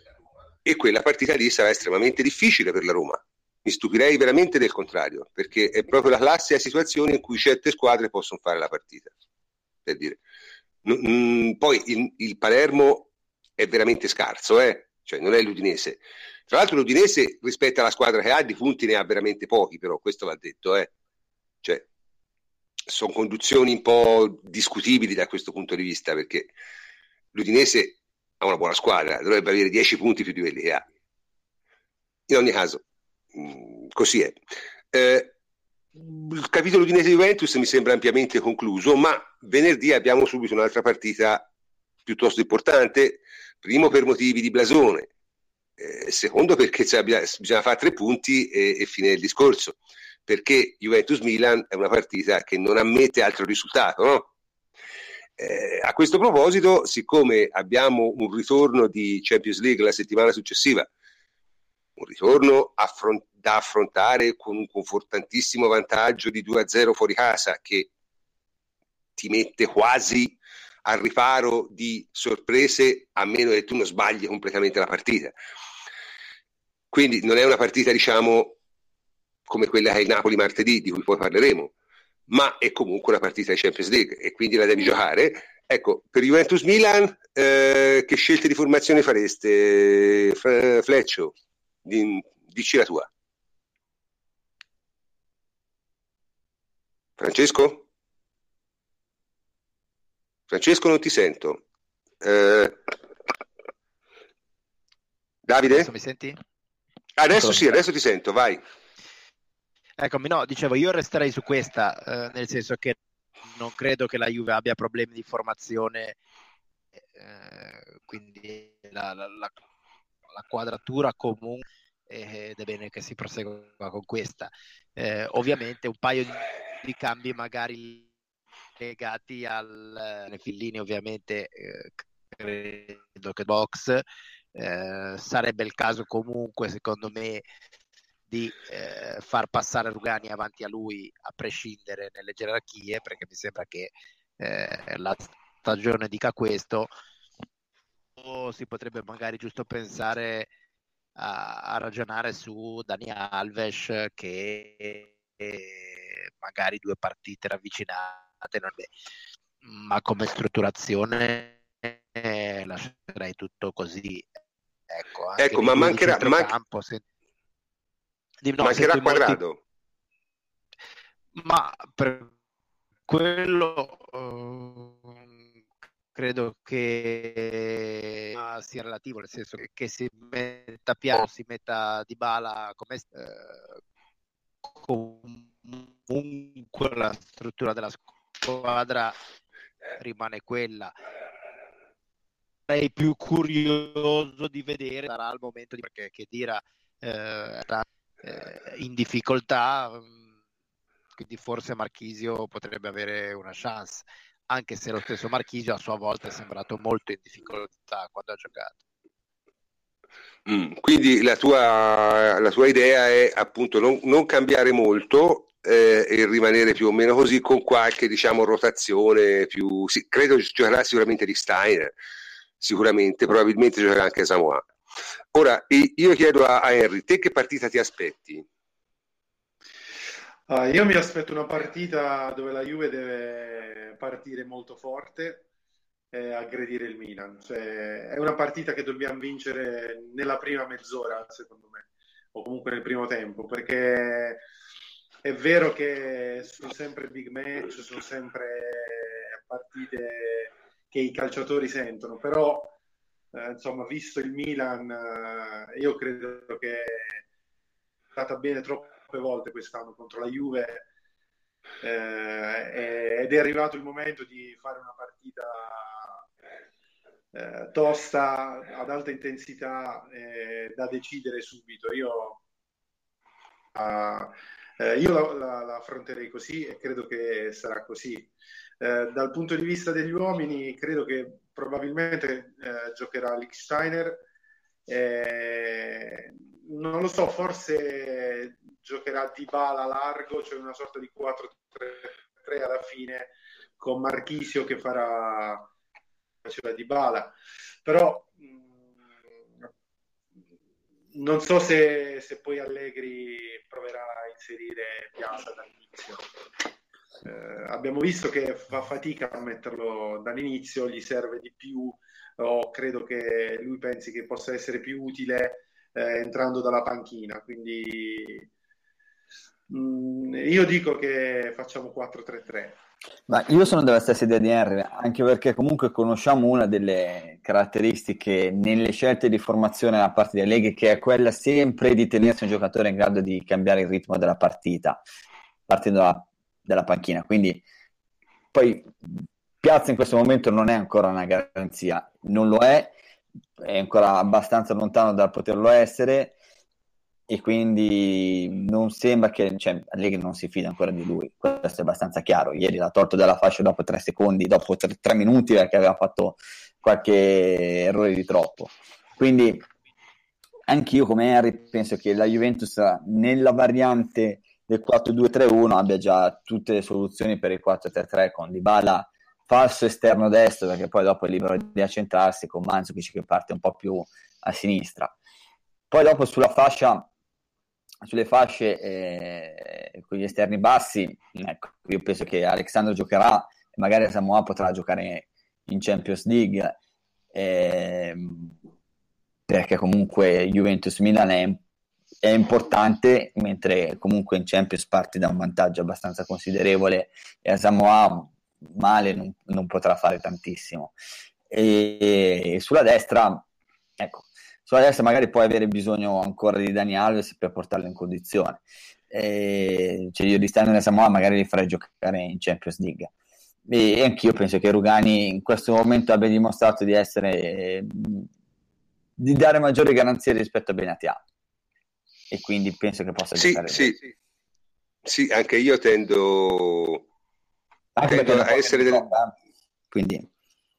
e quella partita lì sarà estremamente difficile per la Roma. Mi stupirei veramente del contrario, perché è proprio la classica situazione in cui certe squadre possono fare la partita. Per dire. Mm, poi il, il Palermo è veramente scarso, eh? Cioè non è l'Udinese. Tra l'altro l'Udinese rispetto alla squadra che ha di punti ne ha veramente pochi, però questo va detto, eh? Cioè, sono conduzioni un po' discutibili da questo punto di vista, perché l'Udinese ha una buona squadra, dovrebbe avere dieci punti più di quelli che ha. In ogni caso, mh, così è. Eh, il capitolo Udinese Juventus mi sembra ampiamente concluso, ma venerdì abbiamo subito un'altra partita piuttosto importante, primo per motivi di blasone, eh, secondo perché bisogna fare tre punti e, e fine il discorso, perché Juventus-Milan è una partita che non ammette altro risultato, no? Eh, a questo proposito, siccome abbiamo un ritorno di Champions League la settimana successiva, un ritorno affront- da affrontare con un confortantissimo vantaggio di due a zero fuori casa che ti mette quasi al riparo di sorprese, a meno che tu non sbagli completamente la partita. Quindi non è una partita, diciamo, come quella che è il Napoli martedì, di cui poi parleremo, ma è comunque una partita di Champions League e quindi la devi giocare. Ecco, per Juventus Milan, eh, che scelte di formazione fareste, Fleccio? Dici la tua. Francesco? Francesco, non ti sento. Eh, Davide? Adesso mi senti? Adesso sì, adesso ti sento, vai. Eccomi, no, dicevo, io resterei su questa, eh, nel senso che non credo che la Juve abbia problemi di formazione, eh, quindi la, la, la, la quadratura comunque, eh, ed è bene che si prosegua con questa. Eh, ovviamente un paio di, di cambi magari legati al eh, Fillini, ovviamente, eh, credo che box, eh, sarebbe il caso comunque, secondo me, di eh, far passare Rugani avanti a lui a prescindere nelle gerarchie, perché mi sembra che eh, la stagione dica questo. O si potrebbe magari giusto pensare a, a ragionare su Dani Alves, che eh, magari due partite ravvicinate, non è, ma come strutturazione eh, lascerei tutto così. Ecco, anche Ecco, nei ma due mancherà, di man- centrocampo. Se... No, mancherà sento in molti... Quadrado. Ma per quello eh, credo che sia relativo, nel senso che, che si metta Piano, si metta Dybala come eh, comunque la struttura della squadra rimane quella. Sarei più curioso di vedere, sarà il momento di perché che Dira eh, era eh, in difficoltà, quindi forse Marchisio potrebbe avere una chance, anche se lo stesso Marchisio a sua volta è sembrato molto in difficoltà quando ha giocato. Mm, quindi la tua, la tua idea è appunto non, non cambiare molto eh, e rimanere più o meno così, con qualche, diciamo, rotazione più... Sì, credo giocherà sicuramente di Steiner, sicuramente, probabilmente giocherà anche Samoa. Ora, io chiedo a, a Henry, te che partita ti aspetti? Uh, io mi aspetto una partita dove la Juve deve partire molto forte, eh, aggredire il Milan. Cioè, è una partita che dobbiamo vincere nella prima mezz'ora, secondo me, o comunque nel primo tempo, perché è vero che sono sempre big match, sono sempre partite che i calciatori sentono, però eh, insomma, visto il Milan, eh, io credo che è stata bene troppe volte quest'anno contro la Juve, eh, ed è arrivato il momento di fare una partita eh, tosta, ad alta intensità, eh, da decidere subito. Io, uh, eh, io la, la, la affronterei così e credo che sarà così. Eh, dal punto di vista degli uomini, credo che probabilmente eh, giocherà Lichtsteiner. Eh, non lo so, forse giocherà Dybala largo, cioè una sorta di quattro tre tre alla fine, con Marchisio che farà cioè Dybala. Però mh, non so se, se poi Allegri proverà a inserire Piazza dall'inizio. Eh, abbiamo visto che fa fatica a metterlo dall'inizio, gli serve di più, o credo che lui pensi che possa essere più utile eh, entrando dalla panchina, quindi mh, io dico che facciamo quattro tre tre. Ma io sono della stessa idea di Henry, anche perché comunque conosciamo una delle caratteristiche nelle scelte di formazione da parte di Allegri, che è quella sempre di tenersi un giocatore in grado di cambiare il ritmo della partita partendo da, dalla panchina. Quindi poi Piazza in questo momento non è ancora una garanzia, non lo è, è ancora abbastanza lontano dal poterlo essere, e quindi non sembra che, cioè, Allegri non si fida ancora di lui, questo è abbastanza chiaro. Ieri l'ha tolto dalla fascia dopo tre secondi, dopo tre, tre minuti, perché aveva fatto qualche errore di troppo. Quindi anch'io come Henry penso che la Juventus nella variante del quattro due tre uno abbia già tutte le soluzioni per il quattro tre tre, con Dybala falso esterno destro, perché poi dopo è libero di accentrarsi, con Mandzukic che parte un po' più a sinistra. Poi dopo sulla fascia sulle fasce eh, con gli esterni bassi, ecco, io penso che Alexandro giocherà, magari Samoa potrà giocare in Champions League, eh, perché comunque Juventus-Milan è, è importante, mentre comunque in Champions parti da un vantaggio abbastanza considerevole e Samoa male non, non potrà fare tantissimo. E, e sulla destra, ecco, sulla destra magari puoi avere bisogno ancora di Dani Alves per portarlo in condizione. E, cioè io di Stanley e Samoa magari li farei giocare in Champions League. E, e anch'io penso che Rugani in questo momento abbia dimostrato di essere di dare maggiori garanzie rispetto a Benatia, e quindi penso che possa sì, giocare. Sì, sì. Sì, anche io tendo, anche tendo a essere del... Gioca, quindi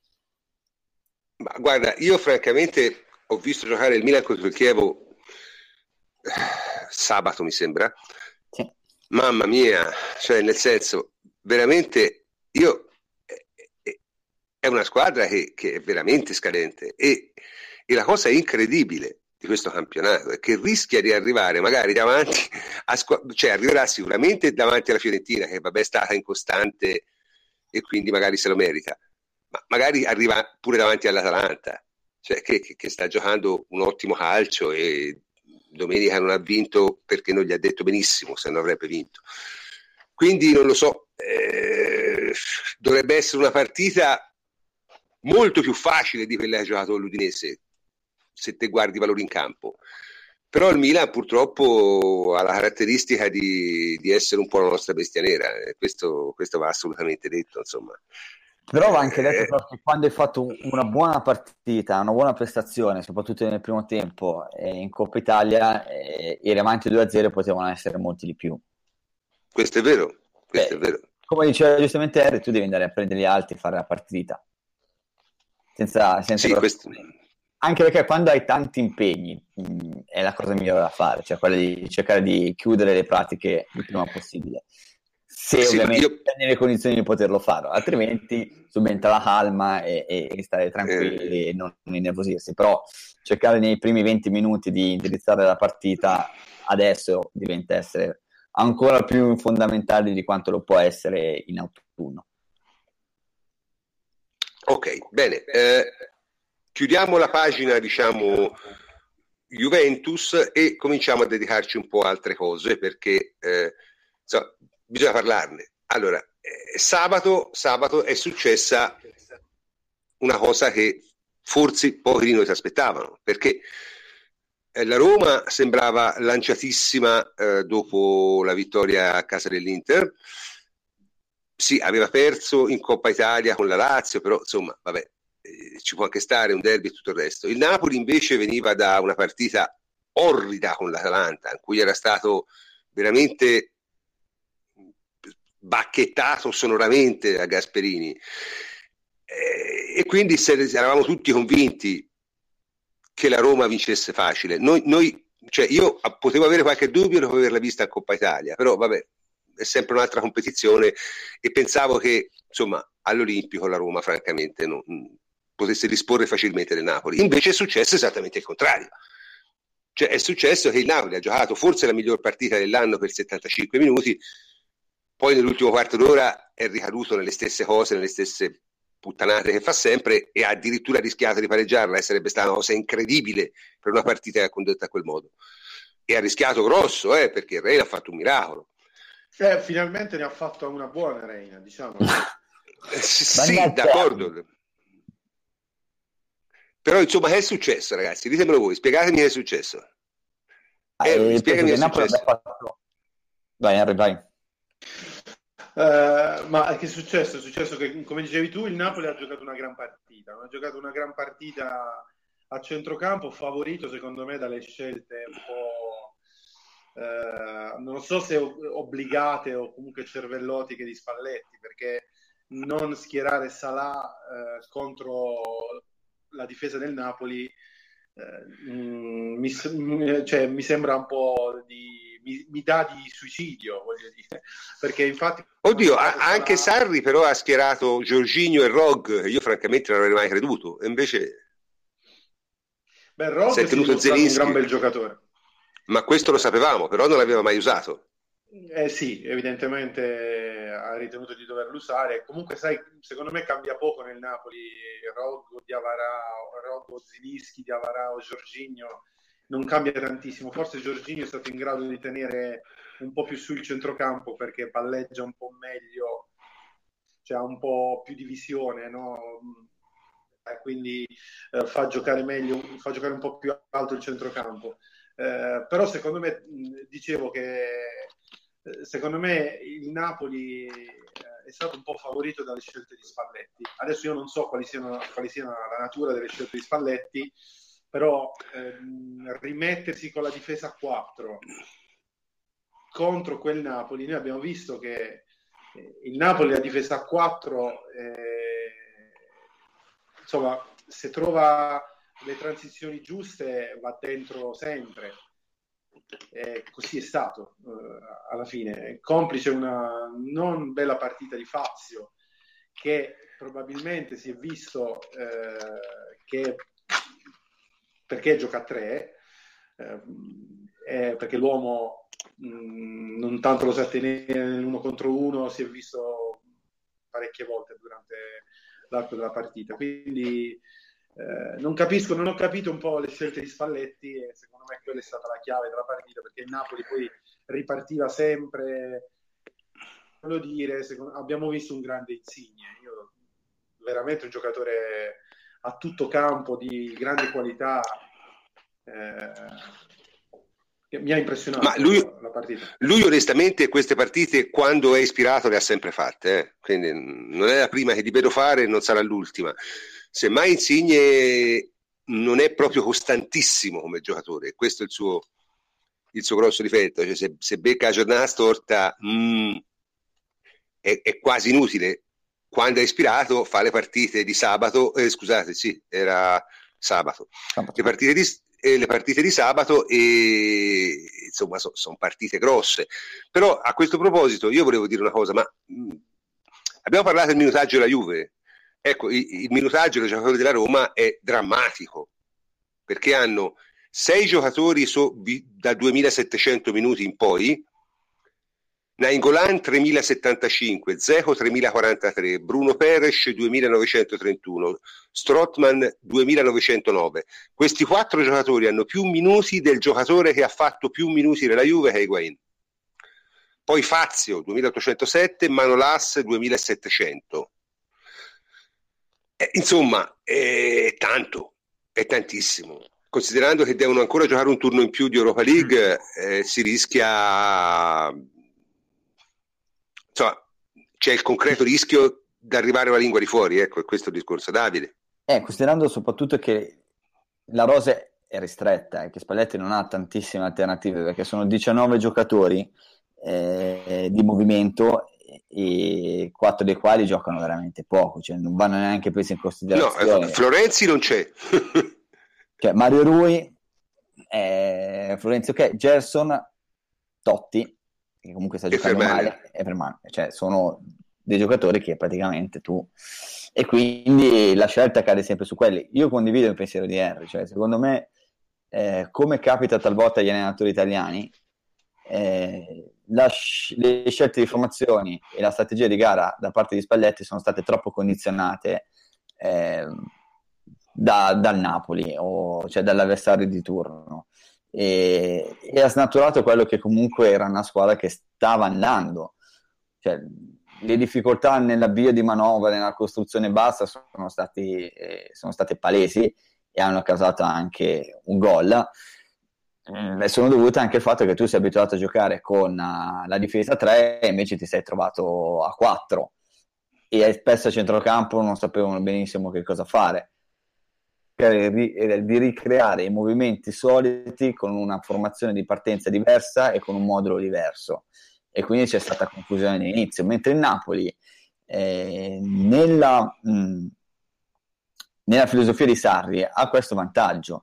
ma guarda, io francamente ho visto giocare il Milan contro il Chievo sabato, mi sembra. Sì. Mamma mia, cioè nel senso, veramente io è una squadra che, che è veramente scadente, e, e la cosa incredibile di questo campionato è che rischia di arrivare magari davanti a squ- cioè arriverà sicuramente davanti alla Fiorentina, che vabbè è stata incostante e quindi magari se lo merita, ma magari arriva pure davanti all'Atalanta, cioè che, che, che sta giocando un ottimo calcio, e domenica non ha vinto perché non gli ha detto benissimo, se non avrebbe vinto. Quindi non lo so, eh, dovrebbe essere una partita molto più facile di quella che ha giocato l'Udinese, se te guardi i valori in campo. Però il Milan purtroppo ha la caratteristica di, di essere un po' la nostra bestia nera, e questo, questo va assolutamente detto, insomma. Però va anche detto eh, che quando hai fatto una buona partita, una buona prestazione, soprattutto nel primo tempo, eh, in Coppa Italia, eh, eri avanti due a zero, potevano essere molti di più. Questo è vero, questo eh, è vero. Come diceva giustamente Harry, tu devi andare a prendere gli alti e fare la partita. Senza, senza sì, questo... Anche perché quando hai tanti impegni mh, è la cosa migliore da fare, cioè quella di cercare di chiudere le pratiche il prima possibile, se sì, ovviamente io... sei nelle condizioni di poterlo fare, altrimenti subentra la calma e, e stare tranquilli eh. e non, non innervosirsi. Però cercare nei primi venti minuti di indirizzare la partita adesso diventa essere ancora più fondamentale di quanto lo può essere in autunno. Ok, bene. Eh, chiudiamo la pagina, diciamo, Juventus e cominciamo a dedicarci un po' a altre cose perché eh, insomma, bisogna parlarne. Allora, eh, sabato, sabato è successa una cosa che forse pochi di noi si aspettavano, perché eh, la Roma sembrava lanciatissima eh, dopo la vittoria a casa dell'Inter. Sì, aveva perso in Coppa Italia con la Lazio, però insomma, vabbè, eh, ci può anche stare un derby e tutto il resto. Il Napoli invece veniva da una partita orrida con l'Atalanta, in cui era stato veramente bacchettato sonoramente da Gasperini. Eh, e quindi se, eravamo tutti convinti che la Roma vincesse facile. Noi, noi, cioè io potevo avere qualche dubbio dopo averla vista a Coppa Italia, però vabbè, è sempre un'altra competizione e pensavo che insomma all'Olimpico la Roma francamente non potesse disporre facilmente del Napoli. Invece è successo esattamente il contrario. Cioè è successo che il Napoli ha giocato forse la miglior partita dell'anno per settantacinque minuti, poi nell'ultimo quarto d'ora è ricaduto nelle stesse cose, nelle stesse puttanate che fa sempre e ha addirittura rischiato di pareggiarla, e sarebbe stata una cosa incredibile per una partita che ha condotto a quel modo. E ha rischiato grosso, eh, perché il Reina ha fatto un miracolo. Eh, finalmente ne ha fatto una buona Reina, diciamo. Eh, sì, d'accordo. Però insomma, che è successo, ragazzi? Ditemelo voi, spiegatemi che è successo. Eh, Eh, spiegami che è Napoli successo. Fatto... Vai, Henry, vai. Uh, ma che è successo? È successo che, come dicevi tu, il Napoli ha giocato una gran partita. Ha giocato una gran partita a centrocampo, favorito secondo me dalle scelte un po', uh, non so se obbligate o comunque cervellotiche di Spalletti, perché non schierare Salah uh, contro la difesa del Napoli uh, mi, cioè, mi sembra un po' di Mi, mi dà di suicidio, voglio dire, perché infatti oddio, anche Sarra... Sarri però ha schierato Jorginho e Rog, io francamente non avrei mai creduto, e invece beh, Rog si è dimostrato un gran bel giocatore, ma questo lo sapevamo, però non l'aveva mai usato. Eh sì, evidentemente ha ritenuto di doverlo usare. Comunque sai, secondo me cambia poco nel Napoli Rog, Diawara, Rog, Zilischi, Diawara o Jorginho. Non cambia tantissimo, forse Jorginho è stato in grado di tenere un po' più su il centrocampo perché palleggia un po' meglio, cioè ha un po' più di visione, no? Eh, quindi eh, fa giocare meglio, fa giocare un po' più alto il centrocampo. Eh, però secondo me, dicevo che eh, secondo me il Napoli eh, è stato un po' favorito dalle scelte di Spalletti. Adesso io non so quali siano, quali siano la natura delle scelte di Spalletti, però ehm, rimettersi con la difesa a quattro contro quel Napoli, noi abbiamo visto che eh, il Napoli la difesa a quattro eh, insomma, se trova le transizioni giuste va dentro sempre, e così è stato eh, alla fine, complice una non bella partita di Fazio che probabilmente si è visto eh, che perché gioca a tre, eh, eh, perché l'uomo mh, non tanto lo sa tenere uno contro uno, si è visto parecchie volte durante l'arco della partita, quindi eh, non capisco, non ho capito un po' le scelte di Spalletti e secondo me quella è stata la chiave della partita, perché il Napoli poi ripartiva sempre, voglio dire, secondo, abbiamo visto un grande Insigne, io veramente un giocatore a tutto campo di grande qualità, eh, mi ha impressionato. Ma lui, la partita. Lui onestamente queste partite quando è ispirato le ha sempre fatte, eh? Quindi non è la prima che ti vedo fare, non sarà l'ultima. Semmai Insigne non è proprio costantissimo come giocatore, questo è il suo, il suo grosso difetto, cioè se, se becca la giornata storta mm, è, è quasi inutile. Quando è ispirato fa le partite di sabato, eh, scusate, sì, era sabato, sabato. Le, partite di, eh, le partite di sabato e insomma so, sono partite grosse. Però a questo proposito io volevo dire una cosa, ma mh, abbiamo parlato del minutaggio della Juve, ecco, il, il minutaggio dei giocatori della Roma è drammatico, perché hanno sei giocatori so, da duemilasettecento minuti in poi Nainggolan tremilasettantacinque, Dzeko tremilaquarantatré, Bruno Peres duemilanovecentotrentuno, Strootman duemilanovecentone. Questi quattro giocatori hanno più minuti del giocatore che ha fatto più minuti nella Juve, che è Higuain. Poi Fazio duemilaottocentosette, Manolas duemilasettecento. Eh, insomma, è tanto, è tantissimo. Considerando che devono ancora giocare un turno in più di Europa League, eh, si rischia... Insomma, c'è il concreto rischio di arrivare alla lingua di fuori, ecco, è questo il discorso. Davide. Eh, considerando soprattutto che la rosa è ristretta e che Spalletti non ha tantissime alternative, perché sono diciannove giocatori eh, di movimento e quattro dei quali giocano veramente poco, cioè non vanno neanche presi in considerazione. No, Florenzi non c'è. Cioè Mario Rui, eh, Florenzi ok, Gerson, Totti, che comunque sta giocando male, e Ferman, cioè sono dei giocatori che praticamente tu, e quindi la scelta cade sempre su quelli. Io condivido il pensiero di Henry, cioè secondo me eh, come capita talvolta agli allenatori italiani, eh, la, le scelte di formazioni e la strategia di gara da parte di Spalletti sono state troppo condizionate eh, da, dal Napoli, o cioè dall'avversario di turno, e, e ha snaturato quello che comunque era una squadra che stava andando. Cioè, le difficoltà nell'avvio di manovra, nella costruzione bassa sono, stati, eh, sono state palesi e hanno causato anche un gol. Mm, e sono dovute anche al fatto che tu sei abituato a giocare con uh, la difesa tre e invece ti sei trovato a quattro, e spesso a centrocampo non sapevano benissimo che cosa fare, per ri- di ricreare i movimenti soliti con una formazione di partenza diversa e con un modulo diverso, e quindi c'è stata confusione all'inizio, mentre il Napoli eh, nella, mh, nella filosofia di Sarri ha questo vantaggio,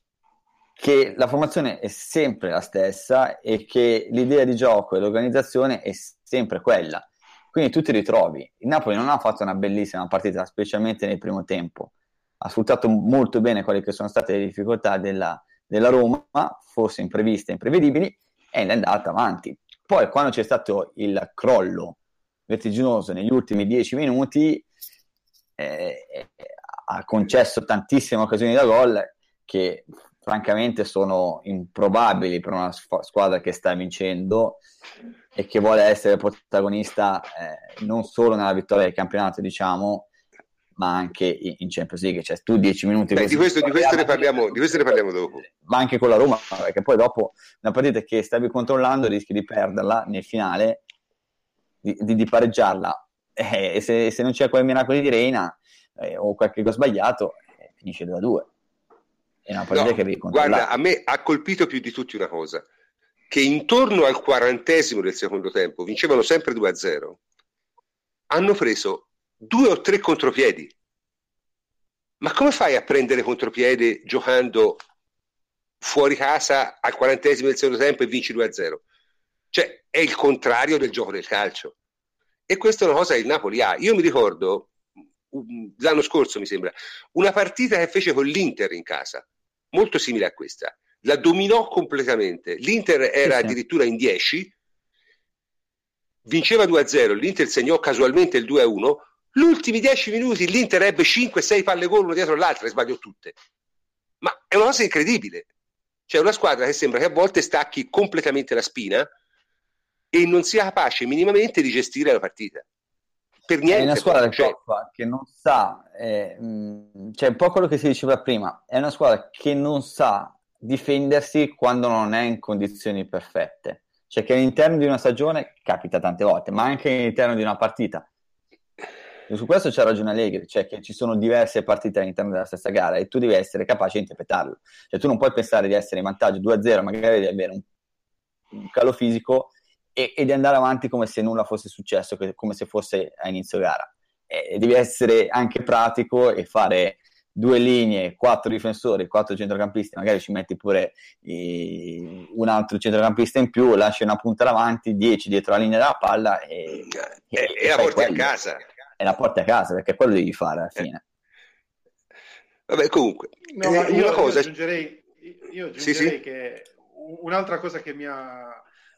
che la formazione è sempre la stessa e che l'idea di gioco e l'organizzazione è sempre quella, quindi tu ti ritrovi. Il Napoli non ha fatto una bellissima partita, specialmente nel primo tempo, ha sfruttato molto bene quelle che sono state le difficoltà della, della Roma, forse impreviste e imprevedibili, e è andata avanti. Poi quando c'è stato il crollo vertiginoso negli ultimi dieci minuti, eh, ha concesso tantissime occasioni da gol che francamente sono improbabili per una squadra che sta vincendo e che vuole essere protagonista eh, non solo nella vittoria del campionato, diciamo, ma anche in Champions League. Cioè tu dieci minuti Beh, di questo, di questo ne parliamo di questo ne parliamo dopo, ma anche con la Roma, perché poi dopo una partita che stavi controllando rischi di perderla nel finale, di, di, di pareggiarla, eh, e se, se non c'è quel miracolo di Reina eh, o qualche gol sbagliato eh, finisce due a due. È una partita no, che devi controllare. Guarda, a me ha colpito più di tutti una cosa, che intorno al quarantesimo del secondo tempo vincevano sempre due a zero, hanno preso due o tre contropiedi. Ma come fai a prendere contropiede giocando fuori casa al quarantesimo del secondo tempo e vinci due a zero? Cioè è il contrario del gioco del calcio, e questa è una cosa che il Napoli ha. Io mi ricordo l'anno scorso, mi sembra, una partita che fece con l'Inter in casa molto simile a questa, la dominò completamente. L'Inter era sì, addirittura in dieci, vinceva due a zero, l'Inter segnò casualmente il due a uno. Gli ultimi dieci minuti l'Inter ebbe cinque sei palle gol uno dietro l'altra e sbagliò tutte. Ma è una cosa incredibile. C'è una squadra che sembra che a volte stacchi completamente la spina e non sia capace minimamente di gestire la partita. Per niente. È una squadra cioè... che non sa, eh, mh, cioè un po' quello che si diceva prima, è una squadra che non sa difendersi quando non è in condizioni perfette. Cioè che all'interno di una stagione capita tante volte, ma anche all'interno di una partita. E su questo c'ha ragione Allegri, cioè che ci sono diverse partite all'interno della stessa gara e tu devi essere capace di interpretarlo. Cioè tu non puoi pensare di essere in vantaggio due a zero, magari di avere un, un calo fisico e, e di andare avanti come se nulla fosse successo, che, come se fosse a inizio gara. E devi essere anche pratico e fare due linee, quattro difensori, quattro centrocampisti, magari ci metti pure eh, un altro centrocampista in più, lasci una punta davanti, dieci dietro la linea della palla e, e, e, e la porti a casa. E la porti a casa, perché quello devi fare alla fine. Eh. Vabbè, comunque, no, eh, io, una cosa... io aggiungerei, io aggiungerei sì, sì. che un'altra cosa che mi ha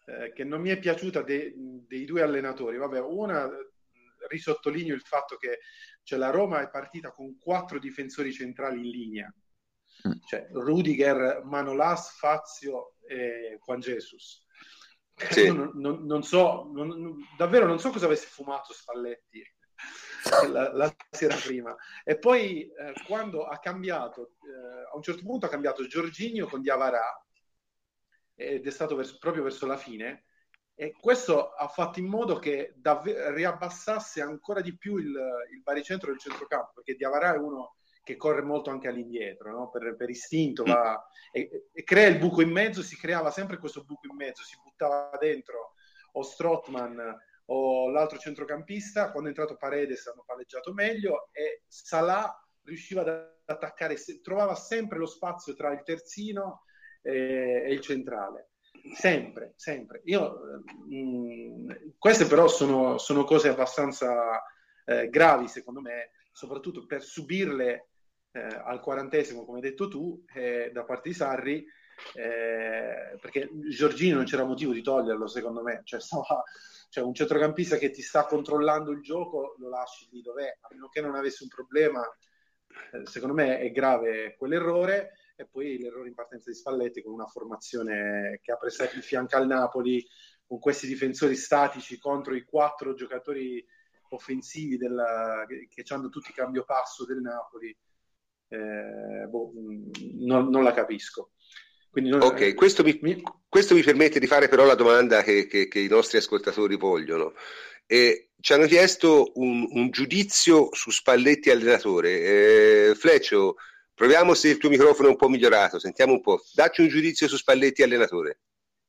eh, che non mi è piaciuta de, dei due allenatori. Vabbè, una, risottolineo il fatto che cioè, la Roma è partita con quattro difensori centrali in linea, cioè Rudiger, Manolas, Fazio e Juan Jesus. Sì. Non, non, non so, non, davvero non so cosa avesse fumato Spalletti la, la sera prima. E poi eh, quando ha cambiato, eh, a un certo punto ha cambiato Jorginho con Diawara, ed è stato verso, proprio verso la fine, e questo ha fatto in modo che davvero riabbassasse ancora di più il, il baricentro del centrocampo, perché Diawara è uno che corre molto anche all'indietro, no? per, per istinto va, e, e crea il buco in mezzo, si creava sempre questo buco in mezzo, si buttava dentro o Strootman o l'altro centrocampista. Quando è entrato Paredes hanno palleggiato meglio e Salah riusciva ad attaccare, trovava sempre lo spazio tra il terzino e, e il centrale, sempre, sempre. Io, mh, queste però sono, sono cose abbastanza eh, gravi secondo me, soprattutto per subirle eh, al quarantesimo, come hai detto tu, eh, da parte di Sarri, eh, perché Jorginho non c'era motivo di toglierlo secondo me, cioè, stava, cioè un centrocampista che ti sta controllando il gioco lo lasci lì dov'è, a meno che non avesse un problema. Eh, secondo me è grave quell'errore. E poi l'errore in partenza di Spalletti con una formazione che ha prestato in fianco al Napoli, con questi difensori statici contro i quattro giocatori offensivi della, che, che hanno tutti cambio passo del Napoli. Eh, boh, non, non la capisco. Quindi non, ok, questo mi, mi... questo mi permette di fare però la domanda che, che, che i nostri ascoltatori vogliono. E ci hanno chiesto un, un giudizio su Spalletti allenatore. Eh, Fleccio, proviamo se il tuo microfono è un po' migliorato, sentiamo un po'. Dacci un giudizio su Spalletti allenatore.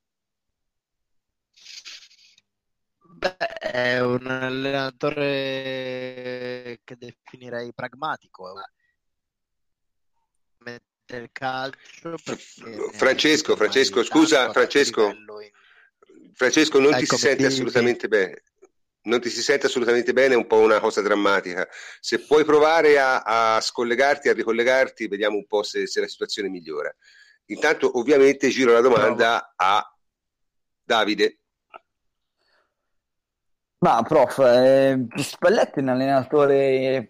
Beh, è un allenatore che definirei pragmatico. Mette il calcio Francesco, Francesco, scusa, Francesco, in... Francesco, non ecco, ti si sente assolutamente bene. Non ti si sente assolutamente bene, è un po' una cosa drammatica. Se puoi provare a, a scollegarti, a ricollegarti, vediamo un po' se, se la situazione migliora. Intanto, ovviamente, giro la domanda a Davide. Ma prof, eh, Spalletti è un allenatore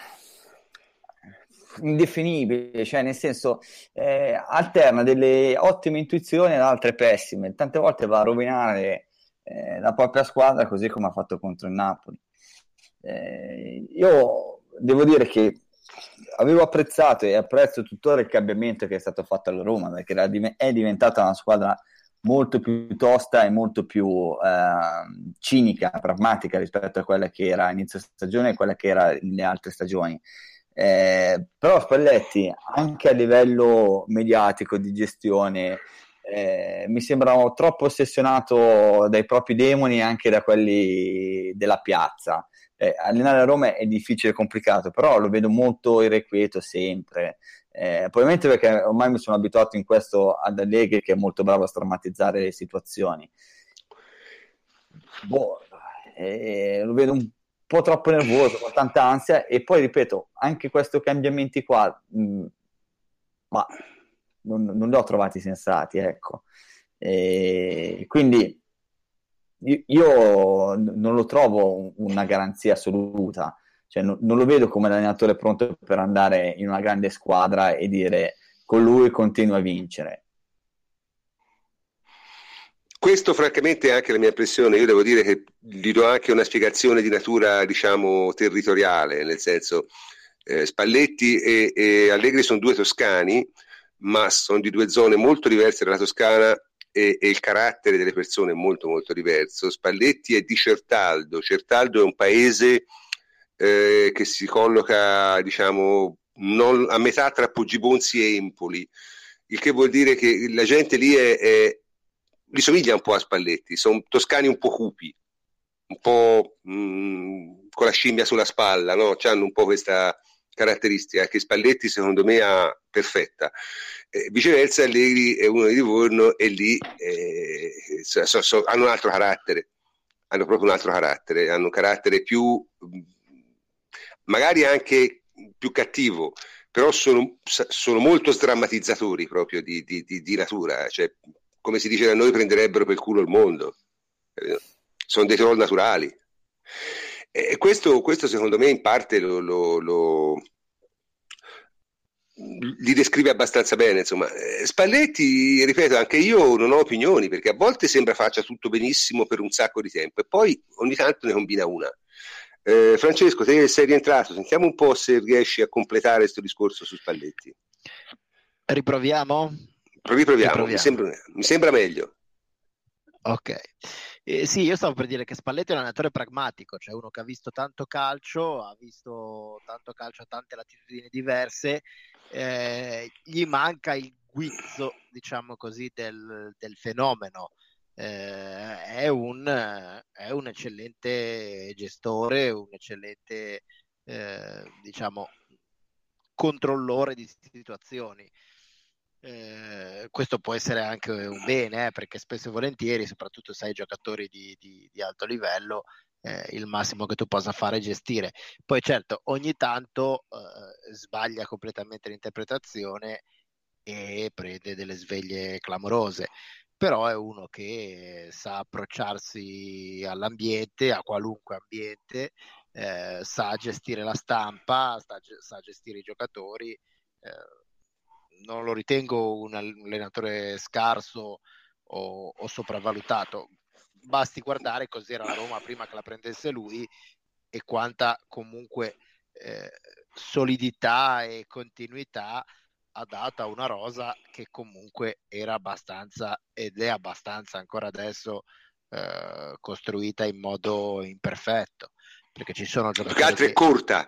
indefinibile, cioè nel senso eh, alterna delle ottime intuizioni ad altre pessime, tante volte va a rovinare eh, la propria squadra, così come ha fatto contro il Napoli. Eh, io devo dire che avevo apprezzato e apprezzo tuttora il cambiamento che è stato fatto alla Roma, perché è diventata una squadra molto più tosta e molto più eh, cinica, pragmatica rispetto a quella che era inizio stagione e quella che era nelle altre stagioni. Eh, però Spalletti, anche a livello mediatico di gestione, eh, mi sembra troppo ossessionato dai propri demoni e anche da quelli della piazza. Eh, allenare a Roma è difficile e complicato, però lo vedo molto irrequieto sempre. Eh, probabilmente perché ormai mi sono abituato in questo ad Allegri, che è molto bravo a strammatizzare le situazioni. Boh, eh, lo vedo un po' troppo nervoso, con tanta ansia, e poi ripeto, anche questi cambiamenti qua mh, ma non, non li ho trovati sensati, ecco. E quindi io, io non lo trovo una garanzia assoluta. Cioè, non, non lo vedo come l'allenatore pronto per andare in una grande squadra e dire con lui continua a vincere. Questo francamente è anche la mia impressione. Io devo dire che gli do anche una spiegazione di natura, diciamo, territoriale, nel senso eh, Spalletti e, e Allegri sono due toscani, ma sono di due zone molto diverse della Toscana e, e il carattere delle persone è molto molto diverso. Spalletti è di Certaldo. Certaldo è un paese Eh, che si colloca, diciamo, non, a metà tra Poggibonsi e Empoli, il che vuol dire che la gente lì è, è, li somiglia un po' a Spalletti, sono toscani un po' cupi, un po' mh, con la scimmia sulla spalla, no? C'hanno un po' questa caratteristica che Spalletti secondo me ha perfetta. Eh, viceversa Allegri è uno di Livorno e lì eh, so, so, so, hanno un altro carattere, hanno proprio un altro carattere, hanno un carattere più magari anche più cattivo, però sono, sono molto sdrammatizzatori proprio di, di, di, di natura, cioè come si dice da noi, prenderebbero per culo il mondo. Sono dei troll naturali. E questo, questo secondo me in parte lo, lo, lo li descrive abbastanza bene, insomma. Spalletti, ripeto, anche io non ho opinioni, perché a volte sembra faccia tutto benissimo per un sacco di tempo e poi ogni tanto ne combina una. Eh, Francesco, te sei rientrato, sentiamo un po' se riesci a completare questo discorso su Spalletti. Riproviamo? Riproviamo, mi sembra, mi sembra meglio. Ok. Eh, sì, io stavo per dire che Spalletti è un allenatore pragmatico, cioè uno che ha visto tanto calcio, ha visto tanto calcio a tante latitudini diverse, eh, gli manca il guizzo, diciamo così, del, del fenomeno. Eh, è un, è un eccellente gestore, un eccellente, eh, diciamo, controllore di situazioni. Eh, questo può essere anche un bene, eh, perché spesso e volentieri, soprattutto se hai giocatori di, di, di alto livello, eh, il massimo che tu possa fare è gestire. Poi certo, ogni tanto eh, sbaglia completamente l'interpretazione e prende delle sveglie clamorose, però è uno che sa approcciarsi all'ambiente, a qualunque ambiente, eh, sa gestire la stampa, sa, sa gestire i giocatori. Eh, non lo ritengo un allenatore scarso o, o sopravvalutato. Basti guardare cos'era la Roma prima che la prendesse lui e quanta comunque eh, solidità e continuità ha dato a una rosa che comunque era abbastanza ed è abbastanza ancora adesso eh, costruita in modo imperfetto, perché ci sono giocatori più che altro che... è corta.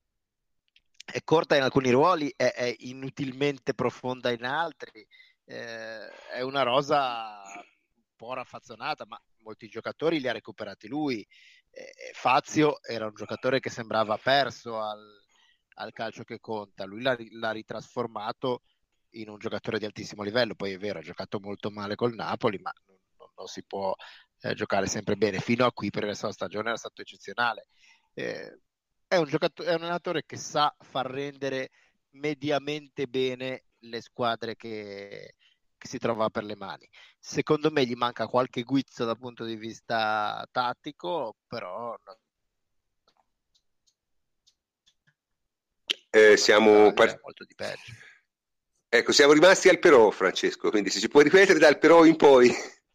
È corta in alcuni ruoli, è, è inutilmente profonda in altri, eh, è una rosa un po' raffazzonata, ma molti giocatori li ha recuperati lui. Eh, Fazio era un giocatore che sembrava perso al, al calcio che conta, lui l'ha, l'ha ritrasformato in un giocatore di altissimo livello. Poi è vero, ha giocato molto male col Napoli, ma non, non, non si può eh, giocare sempre bene. Fino a qui per il resto della stagione era stato eccezionale. Eh, è un giocatore, è un allenatore che sa far rendere mediamente bene le squadre che, che si trova per le mani. Secondo me gli manca qualche guizzo dal punto di vista tattico, però no. Eh, siamo part- molto di peggio. Ecco, siamo rimasti al però, Francesco, quindi se ci puoi ripetere dal però in poi.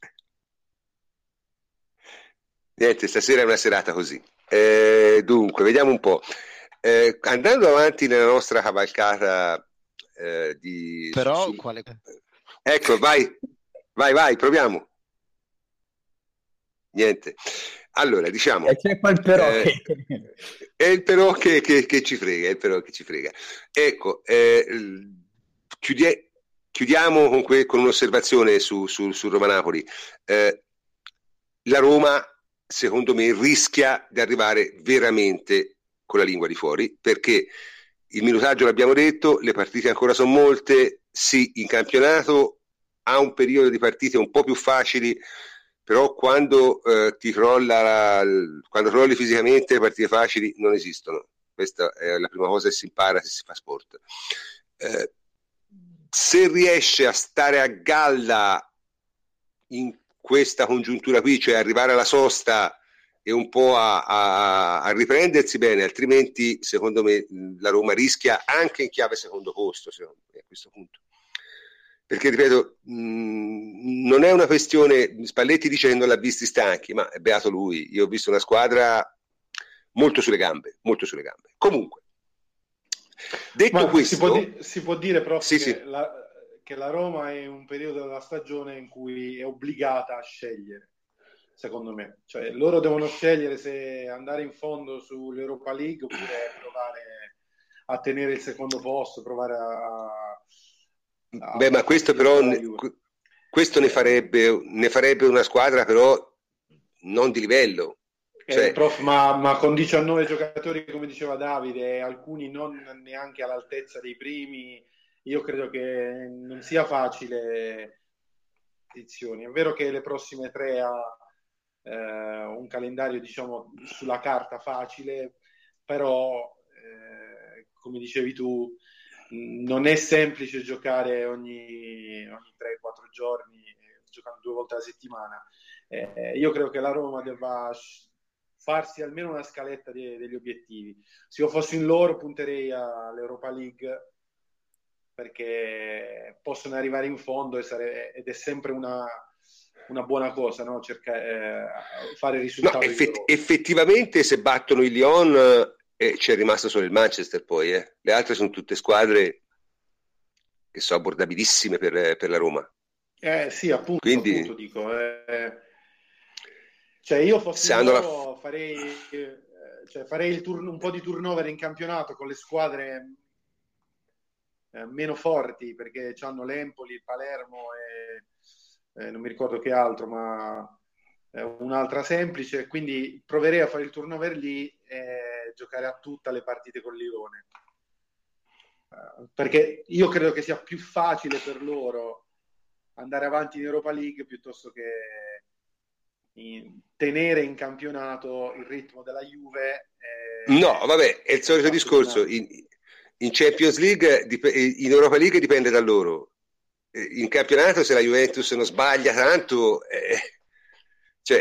Niente, stasera è una serata così. Eh, dunque, vediamo un po'. Eh, andando avanti nella nostra cavalcata eh, di... Però su, su... quale... Ecco, vai, vai, vai, proviamo. Niente. Allora, diciamo... E c'è quel però eh, che... È il però che, che, che ci frega, è il però che ci frega. Ecco, eh, chiudie, chiudiamo con, que, con un'osservazione su, su, su Roma-Napoli. Eh, la Roma, secondo me, rischia di arrivare veramente con la lingua di fuori, perché il minutaggio l'abbiamo detto, le partite ancora sono molte, sì, in campionato ha un periodo di partite un po' più facili, però quando eh, ti crolla la, quando crolli fisicamente le partite facili non esistono. Questa è la prima cosa che si impara se si fa sport. Eh, se riesce a stare a galla in questa congiuntura qui, cioè arrivare alla sosta e un po' a, a, a riprendersi bene, altrimenti secondo me la Roma rischia anche in chiave secondo posto, secondo me, a questo punto. Perché ripeto, mh, non è una questione, Spalletti dice che non l'ha visti stanchi, ma è beato lui. Io ho visto una squadra molto sulle gambe, molto sulle gambe. Comunque, detto ma questo, si può, di- si può dire proprio sì, che, sì. La, che la Roma è un periodo della stagione in cui è obbligata a scegliere, secondo me. Cioè, loro devono scegliere se andare in fondo sull'Europa League oppure provare a tenere il secondo posto, provare a... a Beh, ma questo però ne, questo ne farebbe, ne farebbe una squadra però non di livello. Cioè... Eh, prof, ma, ma con diciannove giocatori, come diceva Davide, alcuni non neanche all'altezza dei primi, io credo che non sia facile. Edizioni. È vero che le prossime tre ha eh, un calendario, diciamo, sulla carta facile, però, eh, come dicevi tu, non è semplice giocare ogni, ogni tre quattro giorni, giocando due volte alla settimana. Eh, io credo che la Roma debba farsi almeno una scaletta de- degli obiettivi. Se io fossi in loro punterei all'Europa League, perché possono arrivare in fondo e sare- ed è sempre una, una buona cosa, no? Cercare, eh, fare risultati. No, effett- effettivamente se battono il Lyon eh, c'è rimasto solo il Manchester poi, eh. Le altre sono tutte squadre che sono abbordabilissime per, per la Roma. Eh sì, appunto, Quindi, appunto dico, eh, cioè io fossi se hanno la... loro farei, eh, cioè farei il turn- un po' di turnover in campionato con le squadre eh, meno forti, perché hanno l'Empoli, il Palermo e eh, non mi ricordo che altro, ma eh, un'altra semplice, quindi proverei a fare il turnover lì e giocare a tutte le partite con Lione. Eh, perché io credo che sia più facile per loro andare avanti in Europa League piuttosto che in, tenere in campionato il ritmo della Juve. Eh, no, vabbè, è il solito discorso. In, in Champions League, in Europa League dipende da loro. In campionato, se la Juventus non sbaglia tanto, eh, cioè,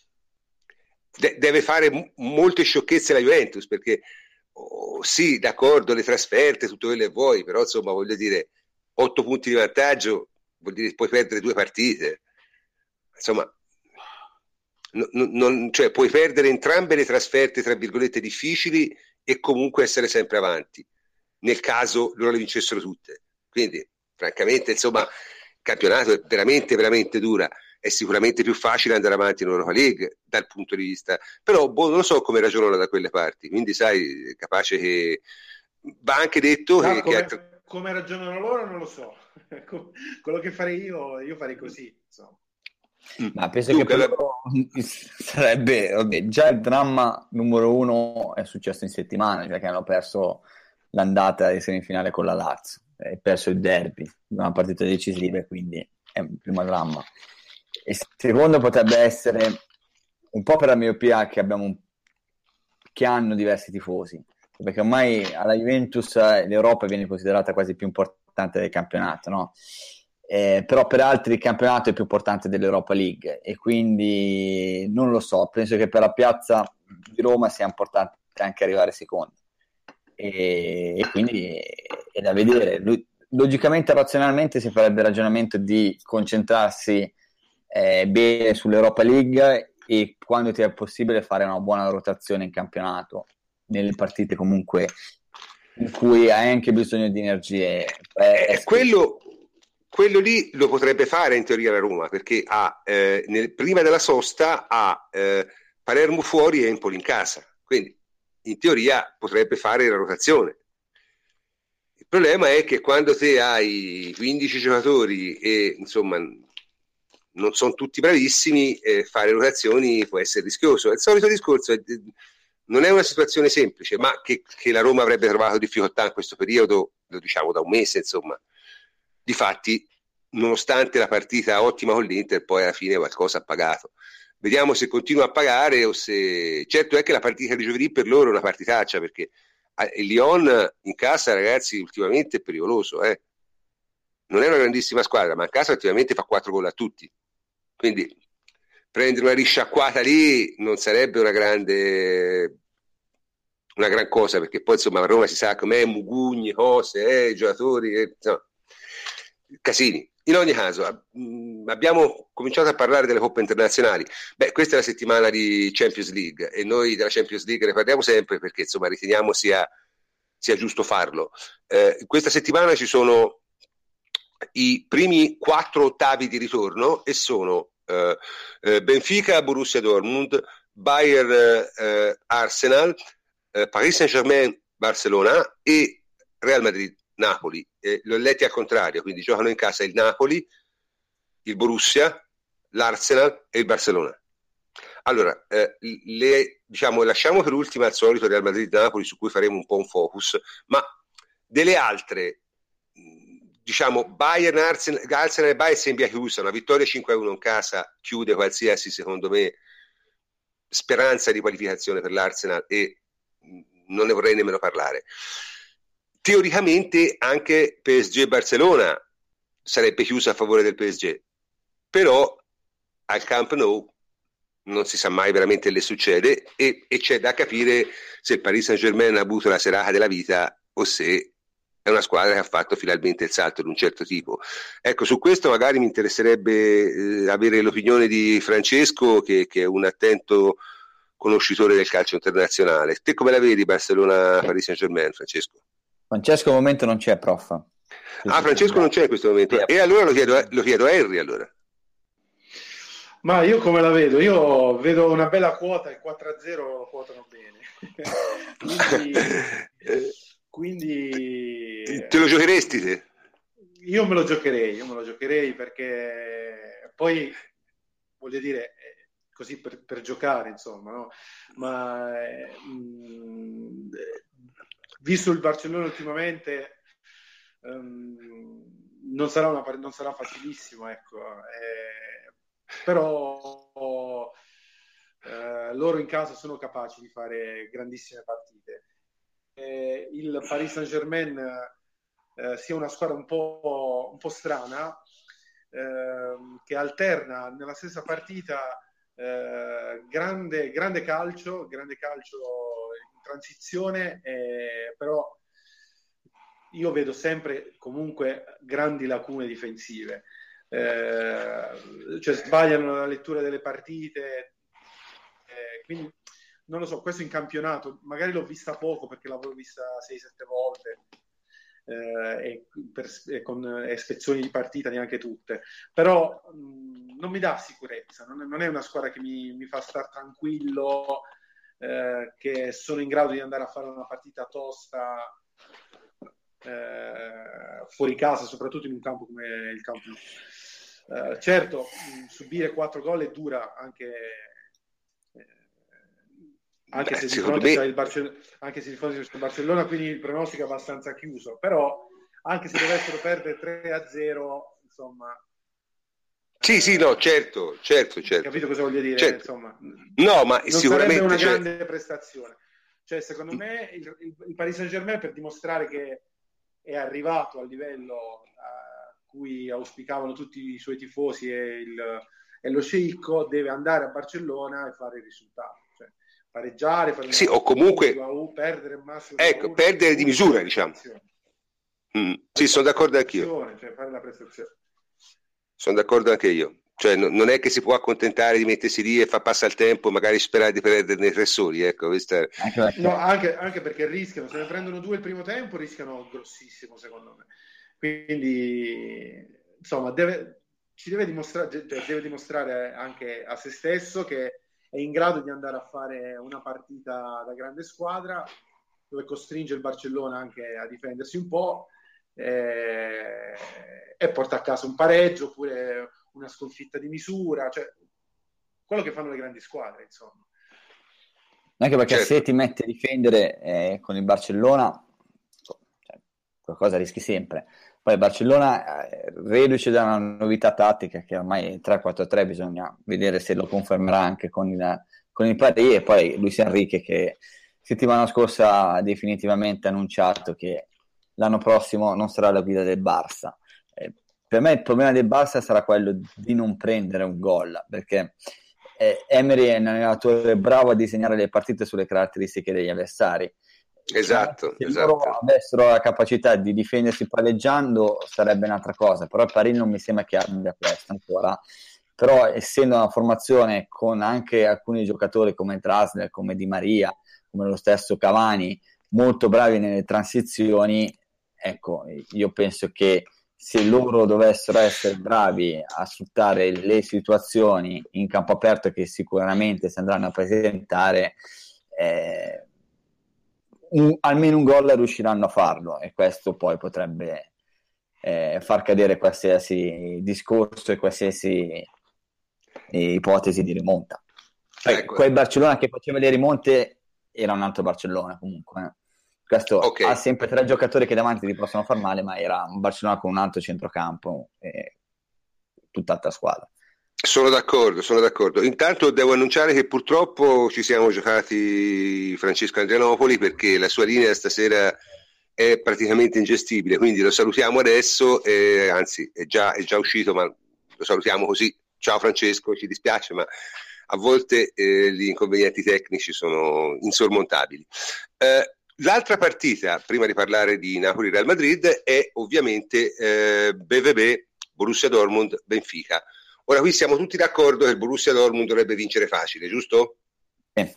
de- deve fare m- molte sciocchezze la Juventus, perché oh, sì, d'accordo, le trasferte, tutto quello che vuoi, però insomma, voglio dire, otto punti di vantaggio vuol dire che puoi perdere due partite, insomma, non, non, cioè puoi perdere entrambe le trasferte tra virgolette difficili e comunque essere sempre avanti nel caso loro le vincessero tutte. Quindi francamente insomma il campionato è veramente veramente dura, è sicuramente più facile andare avanti in Europa League dal punto di vista, però boh, non so come ragionano da quelle parti, quindi sai, è capace che va anche detto no, che, come, che... come ragionano loro non lo so. Quello che farei io, io farei così, insomma. Ma penso Dunque, che per la... loro sarebbe vabbè, già il dramma numero uno è successo in settimana, cioè che hanno perso l'andata di semifinale con la Lazio e perso il derby, una partita decisiva, e quindi è il primo dramma. E il secondo potrebbe essere un po' per la miopia che abbiamo un... che hanno diversi tifosi, perché ormai alla Juventus l'Europa viene considerata quasi più importante del campionato, no? Eh, però per altri il campionato è più importante dell'Europa League e quindi non lo so, penso che per la piazza di Roma sia importante anche arrivare secondo e, e quindi è da vedere. Lui, logicamente e razionalmente si farebbe il ragionamento di concentrarsi eh, bene sull'Europa League e quando ti è possibile fare una buona rotazione in campionato nelle partite comunque in cui hai anche bisogno di energie eh, quello Quello lì lo potrebbe fare in teoria la Roma, perché ha, eh, nel, prima della sosta ha eh, Palermo fuori e Empoli in casa, quindi in teoria potrebbe fare la rotazione. Il problema è che quando te hai quindici giocatori e insomma non sono tutti bravissimi, eh, fare rotazioni può essere rischioso. È il solito discorso, è, non è una situazione semplice, ma che, che la Roma avrebbe trovato difficoltà in questo periodo, lo diciamo da un mese, insomma. Difatti, nonostante la partita ottima con l'Inter, poi alla fine qualcosa ha pagato. Vediamo se continua a pagare o se... Certo è che la partita di giovedì per loro è una partitaccia, perché il Lyon in casa, ragazzi, ultimamente è pericoloso. Eh? Non è una grandissima squadra, ma in casa ultimamente fa quattro gol a tutti. Quindi prendere una risciacquata lì non sarebbe una grande... una gran cosa, perché poi insomma a Roma si sa com'è, Mugugni, cose, eh, giocatori... Eh, no. Casini. In ogni caso, mh, abbiamo cominciato a parlare delle coppe internazionali. Beh, questa è la settimana di Champions League e noi della Champions League ne parliamo sempre perché insomma riteniamo sia, sia giusto farlo. Eh, questa settimana ci sono i primi quattro ottavi di ritorno e sono eh, eh, Benfica, Borussia Dortmund, Bayern, eh, Arsenal, eh, Paris Saint-Germain, Barcellona e Real Madrid. Napoli, eh, li ho letti al contrario, quindi giocano in casa il Napoli, il Borussia, l'Arsenal e il Barcellona. Allora, eh, le, diciamo, lasciamo per ultima al solito Real Madrid-Napoli, su cui faremo un po' un focus, ma delle altre, diciamo, Bayern, Arsenal, Arsenal e Bayern sembra chiusa, una vittoria cinque a uno in casa chiude qualsiasi, secondo me, speranza di qualificazione per l'Arsenal e non ne vorrei nemmeno parlare. Teoricamente anche P S G e Barcellona sarebbe chiusa a favore del P S G, però al Camp Nou non si sa mai veramente che le succede, e, e c'è da capire se il Paris Saint-Germain ha avuto la serata della vita o se è una squadra che ha fatto finalmente il salto di un certo tipo. Ecco, su questo magari mi interesserebbe eh, avere l'opinione di Francesco, che, che è un attento conoscitore del calcio internazionale. Te come la vedi Barcellona-Paris Saint-Germain, Francesco? Francesco al momento non c'è, prof. Ah, Francesco non c'è in questo momento. E allora lo chiedo, lo chiedo a Henry, allora. Ma io come la vedo? Io vedo una bella quota, il quattro a zero lo quotano bene. quindi, quindi... Te lo giocheresti te? Io me lo giocherei, io me lo giocherei perché poi, voglio dire, così per, per giocare, insomma, no? Ma mh, visto il Barcellona ultimamente, um, non sarà, una, non sarà facilissimo, ecco. Eh, però eh, loro in casa sono capaci di fare grandissime partite. Eh, il Paris Saint-Germain eh, sia una squadra un po', un po' strana, eh, che alterna nella stessa partita eh, grande, grande calcio, grande calcio in transizione, eh, però io vedo sempre comunque grandi lacune difensive. Eh, cioè sbagliano la lettura delle partite, eh, quindi non lo so, questo in campionato magari l'ho vista poco perché l'avevo vista sei sette volte eh, e, per, e con e spezzoni di partita neanche tutte, però mh, non mi dà sicurezza, non è, non è una squadra che mi, mi fa star tranquillo, eh, che sono in grado di andare a fare una partita tosta eh, fuori casa, soprattutto in un campo come il campo. Uh, certo, mh, subire quattro gol è dura anche, eh, anche, Beh, se di fronte me... c'è il Barcellona, anche se di fronte c'è il Barcellona, quindi il pronostico è abbastanza chiuso, però anche se dovessero perdere tre a zero, insomma, sì, sì, no, certo, certo, certo. Capito cosa voglio dire? Certo. Insomma, no, ma non sicuramente sarebbe una cioè... grande prestazione. Cioè, secondo me il, il, il Paris Saint-Germain, per dimostrare che è arrivato al livello cui auspicavano tutti i suoi tifosi e, il, e lo sceicco, deve andare a Barcellona e fare il risultato, cioè pareggiare, fare sì, o comunque U, perdere il massimo, ecco, uno, perdere di misura, diciamo. Mm. Sì, sono d'accordo anch'io. Cioè fare la prestazione. Sono d'accordo anche io. Cioè, no, non è che si può accontentare di mettersi lì e far passare il tempo e magari sperare di perderne tre soli, ecco, questa è... no, anche, anche perché rischiano, se ne prendono due il primo tempo rischiano grossissimo, secondo me. Quindi, insomma, deve, ci deve dimostrare, deve dimostrare anche a se stesso che è in grado di andare a fare una partita da grande squadra, dove costringe il Barcellona anche a difendersi un po' eh, e porta a casa un pareggio oppure una sconfitta di misura, cioè quello che fanno le grandi squadre, insomma. Anche perché certo. Se ti metti a difendere eh, con il Barcellona, cioè, qualcosa rischi sempre. Poi il Barcellona, eh, reduce da una novità tattica che ormai tre quattro tre, bisogna vedere se lo confermerà anche con il, con il Paris, e poi Luis Enrique che settimana scorsa ha definitivamente annunciato che l'anno prossimo non sarà la guida del Barça. Eh, per me il problema del Barça sarà quello di non prendere un gol, perché eh, Emery è un allenatore bravo a disegnare le partite sulle caratteristiche degli avversari. Esatto, se esatto. loro avessero la capacità di difendersi palleggiando sarebbe un'altra cosa, però il Paris non mi sembra che abbia questo ancora. Però essendo una formazione con anche alcuni giocatori come Drasler, come Di Maria, come lo stesso Cavani, molto bravi nelle transizioni, ecco, io penso che se loro dovessero essere bravi a sfruttare le situazioni in campo aperto che sicuramente si andranno a presentare, eh, un, almeno un gol riusciranno a farlo, e questo poi potrebbe eh, far cadere qualsiasi discorso e qualsiasi ipotesi di rimonta. Poi, ecco, quel Barcellona che faceva le rimonte era un altro Barcellona comunque, eh. Questo okay. Ha sempre tre giocatori che davanti ti possono far male, ma era un Barcellona con un alto centrocampo e tutt'altra squadra. Sono d'accordo, sono d'accordo. Intanto devo annunciare che purtroppo ci siamo giocati Francesco Andrianopoli, perché la sua linea stasera è praticamente ingestibile, quindi lo salutiamo adesso, eh, anzi è già, è già uscito, ma lo salutiamo così ciao Francesco, ci dispiace, ma a volte eh, gli inconvenienti tecnici sono insormontabili. Eh, l'altra partita, prima di parlare di Napoli-Real Madrid, è ovviamente eh, B V B Borussia Dortmund-Benfica. Ora qui siamo tutti d'accordo che il Borussia Dortmund dovrebbe vincere facile, giusto? Eh.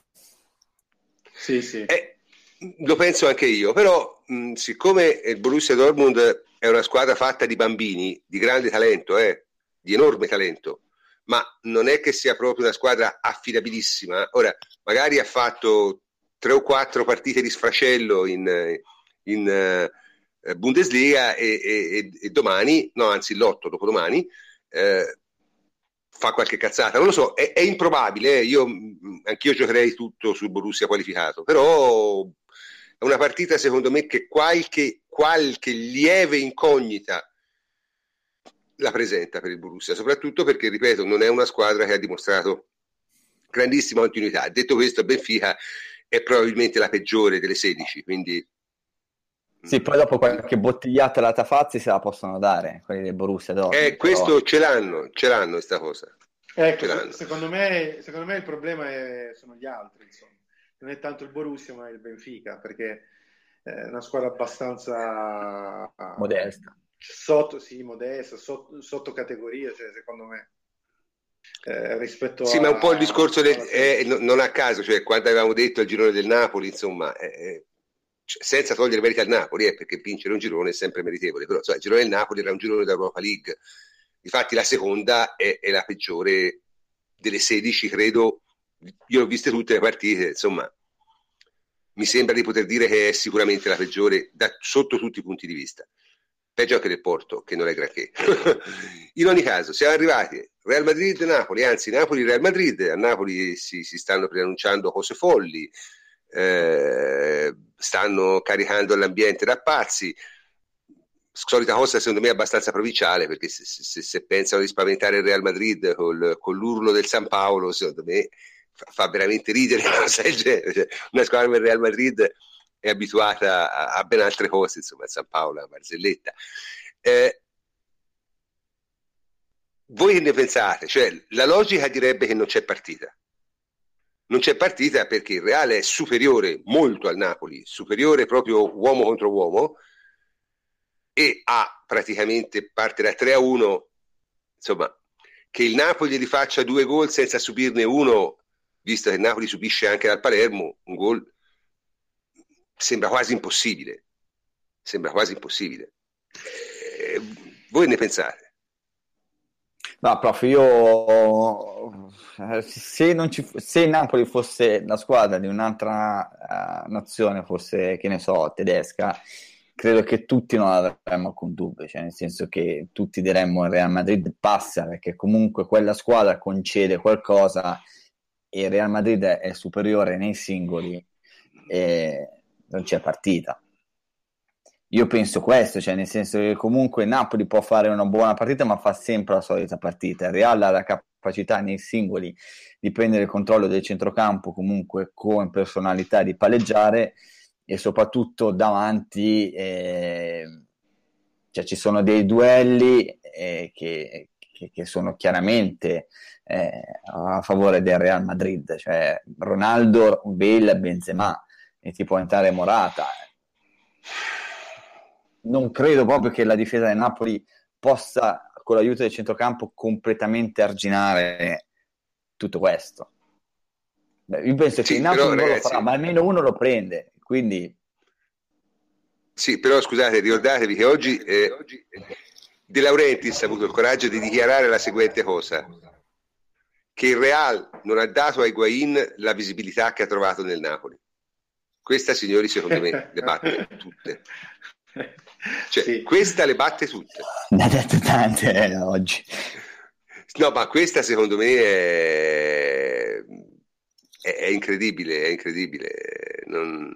Sì, sì. Eh, lo penso anche io, però mh, siccome il Borussia Dortmund è una squadra fatta di bambini, di grande talento, eh, di enorme talento, ma non è che sia proprio una squadra affidabilissima. Ora, magari ha fatto tre o quattro partite di sfracello in, in uh, Bundesliga e, e, e domani, no anzi l'otto, dopodomani, eh, fa qualche cazzata, non lo so, è, è improbabile, eh? Io anch'io giocherei tutto sul Borussia qualificato, però è una partita secondo me che qualche, qualche lieve incognita la presenta per il Borussia, soprattutto perché, ripeto, non è una squadra che ha dimostrato grandissima continuità. Detto questo, Benfica è probabilmente la peggiore delle sedici, quindi sì, poi dopo qualche bottigliata alla Tafazzi se la possono dare, quelli del Borussia Dortmund. Eh, questo però... ce l'hanno, ce l'hanno questa cosa. Ecco, se, secondo me, secondo me il problema è, sono gli altri, insomma. Non è tanto il Borussia, ma il Benfica, perché è una squadra abbastanza modesta. Sotto, sì, modesta, sotto, sotto categoria, cioè, secondo me. Eh, rispetto sì, a... ma un po' il discorso del, eh, non a caso, cioè quando avevamo detto il girone del Napoli, insomma, eh, cioè, senza togliere merito al Napoli, eh, perché vincere un girone è sempre meritevole, però cioè, il girone del Napoli era un girone d'Europa League, infatti la seconda è, è la peggiore delle sedici, credo. Io ho viste tutte le partite, insomma, mi sembra di poter dire che è sicuramente la peggiore da, sotto tutti i punti di vista. Peggio anche del Porto, che non è granché. In ogni caso, siamo arrivati Real Madrid-Napoli, anzi Napoli-Real Madrid. A Napoli si, si stanno preannunciando cose folli, eh, stanno caricando l'ambiente da pazzi. Solita cosa secondo me abbastanza provinciale, perché se, se, se pensano di spaventare il Real Madrid col, con l'urlo del San Paolo, secondo me fa, fa veramente ridere una cosa del genere. Cioè, una squadra come il Real Madrid è abituata a, a ben altre cose, insomma, a San Paolo, a Barzelletta. Eh, voi che ne pensate? Cioè, la logica direbbe che non c'è partita. Non c'è partita perché il Real è superiore molto al Napoli, superiore proprio uomo contro uomo, e ha praticamente parte da tre a uno, insomma, che il Napoli gli faccia due gol senza subirne uno, visto che il Napoli subisce anche dal Palermo un gol, sembra quasi impossibile. Sembra quasi impossibile. Eh, voi ne pensate? No, prof, io se, non ci, se il Napoli fosse la squadra di un'altra uh, nazione, fosse, che ne so, tedesca, credo che tutti non avremmo alcun dubbio, cioè nel senso che tutti diremmo il Real Madrid passa, perché comunque quella squadra concede qualcosa e il Real Madrid è superiore nei singoli e non c'è partita. Io penso questo, cioè nel senso che comunque Napoli può fare una buona partita ma fa sempre la solita partita. Il Real ha la capacità nei singoli di prendere il controllo del centrocampo comunque con personalità di palleggiare e soprattutto davanti eh, cioè ci sono dei duelli eh, che, che, che sono chiaramente eh, a favore del Real Madrid, cioè Ronaldo, Bale, Benzema e ti può entrare Morata. Non credo proprio che la difesa del Napoli possa, con l'aiuto del centrocampo, completamente arginare tutto questo. Beh, io penso sì, che il Napoli però, non ragazzi, lo farà, ma almeno uno lo prende, quindi... Sì, però scusate, ricordatevi che oggi eh, De Laurentiis ha avuto il coraggio di dichiarare la seguente cosa, che il Real non ha dato a Higuaín la visibilità che ha trovato nel Napoli. Questa, signori, secondo me le batte tutte. Cioè, sì. Questa le batte tutte. Ne ha dette tante eh, oggi. No, ma questa secondo me è, è, è incredibile, è incredibile. Non...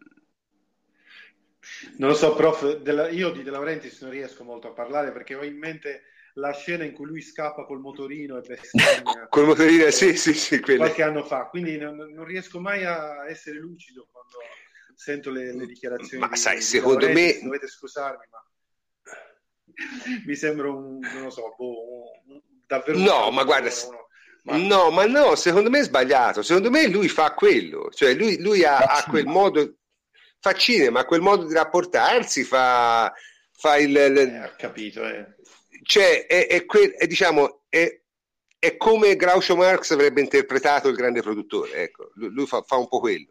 non lo so, prof, della, io di De Laurentiis non riesco molto a parlare perché ho in mente la scena in cui lui scappa col motorino e bestemmia. Col motorino, sì, sì, sì. Quelle. Qualche anno fa, quindi non, non riesco mai a essere lucido quando... sento le, le dichiarazioni ma di, sai, di secondo me dovete scusarmi, ma mi sembra un non lo so boh, un davvero no, ma guarda, uno, ma... no, ma no, secondo me è sbagliato. Secondo me lui fa quello, cioè lui, lui ha, ha quel modo, fa cinema, ha quel modo di rapportarsi, fa, fa il, il eh, ho capito, eh. Cioè è, è, que, è diciamo è, è come Groucho Marx avrebbe interpretato il grande produttore, ecco, lui, lui fa, fa un po' quello.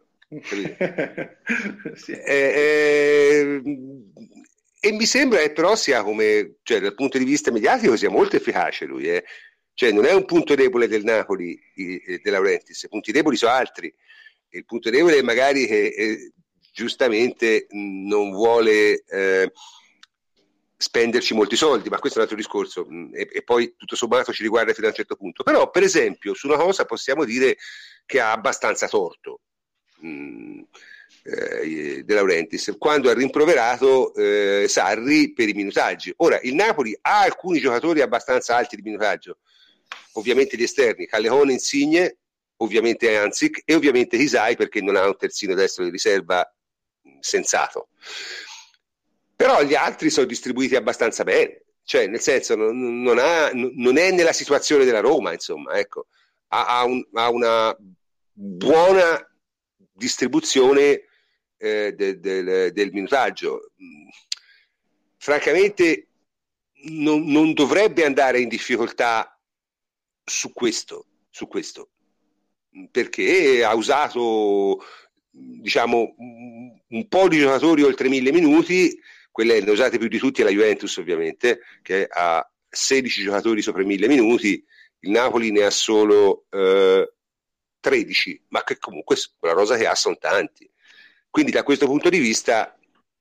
Sì. eh, eh, e mi sembra che però sia come, cioè dal punto di vista mediatico sia molto efficace lui, eh. Cioè non è un punto debole del Napoli eh, De Laurentiis, i punti deboli sono altri, il punto debole è magari che eh, giustamente non vuole eh, spenderci molti soldi, ma questo è un altro discorso e, e poi tutto sommato ci riguarda fino a un certo punto. Però per esempio su una cosa possiamo dire che ha abbastanza torto mh, eh, De Laurentiis quando ha rimproverato eh, Sarri per i minutaggi. Ora il Napoli ha alcuni giocatori abbastanza alti di minutaggio, ovviamente gli esterni, Callejon, Insigne, ovviamente Anzic e ovviamente Hisai, perché non ha un terzino destro di riserva sensato. Però gli altri sono distribuiti abbastanza bene, cioè nel senso non, non, ha, non è nella situazione della Roma, insomma, ecco, ha, ha, un, ha una buona distribuzione eh, de, de, del minutaggio. Francamente non, non dovrebbe andare in difficoltà su questo, su questo, perché ha usato diciamo un po' di giocatori oltre mille minuti. Quelle ne usate più di tutti è la Juventus, ovviamente, che ha sedici giocatori sopra i mille minuti, il Napoli ne ha solo eh, tredici, ma che comunque la rosa che ha sono tanti. Quindi da questo punto di vista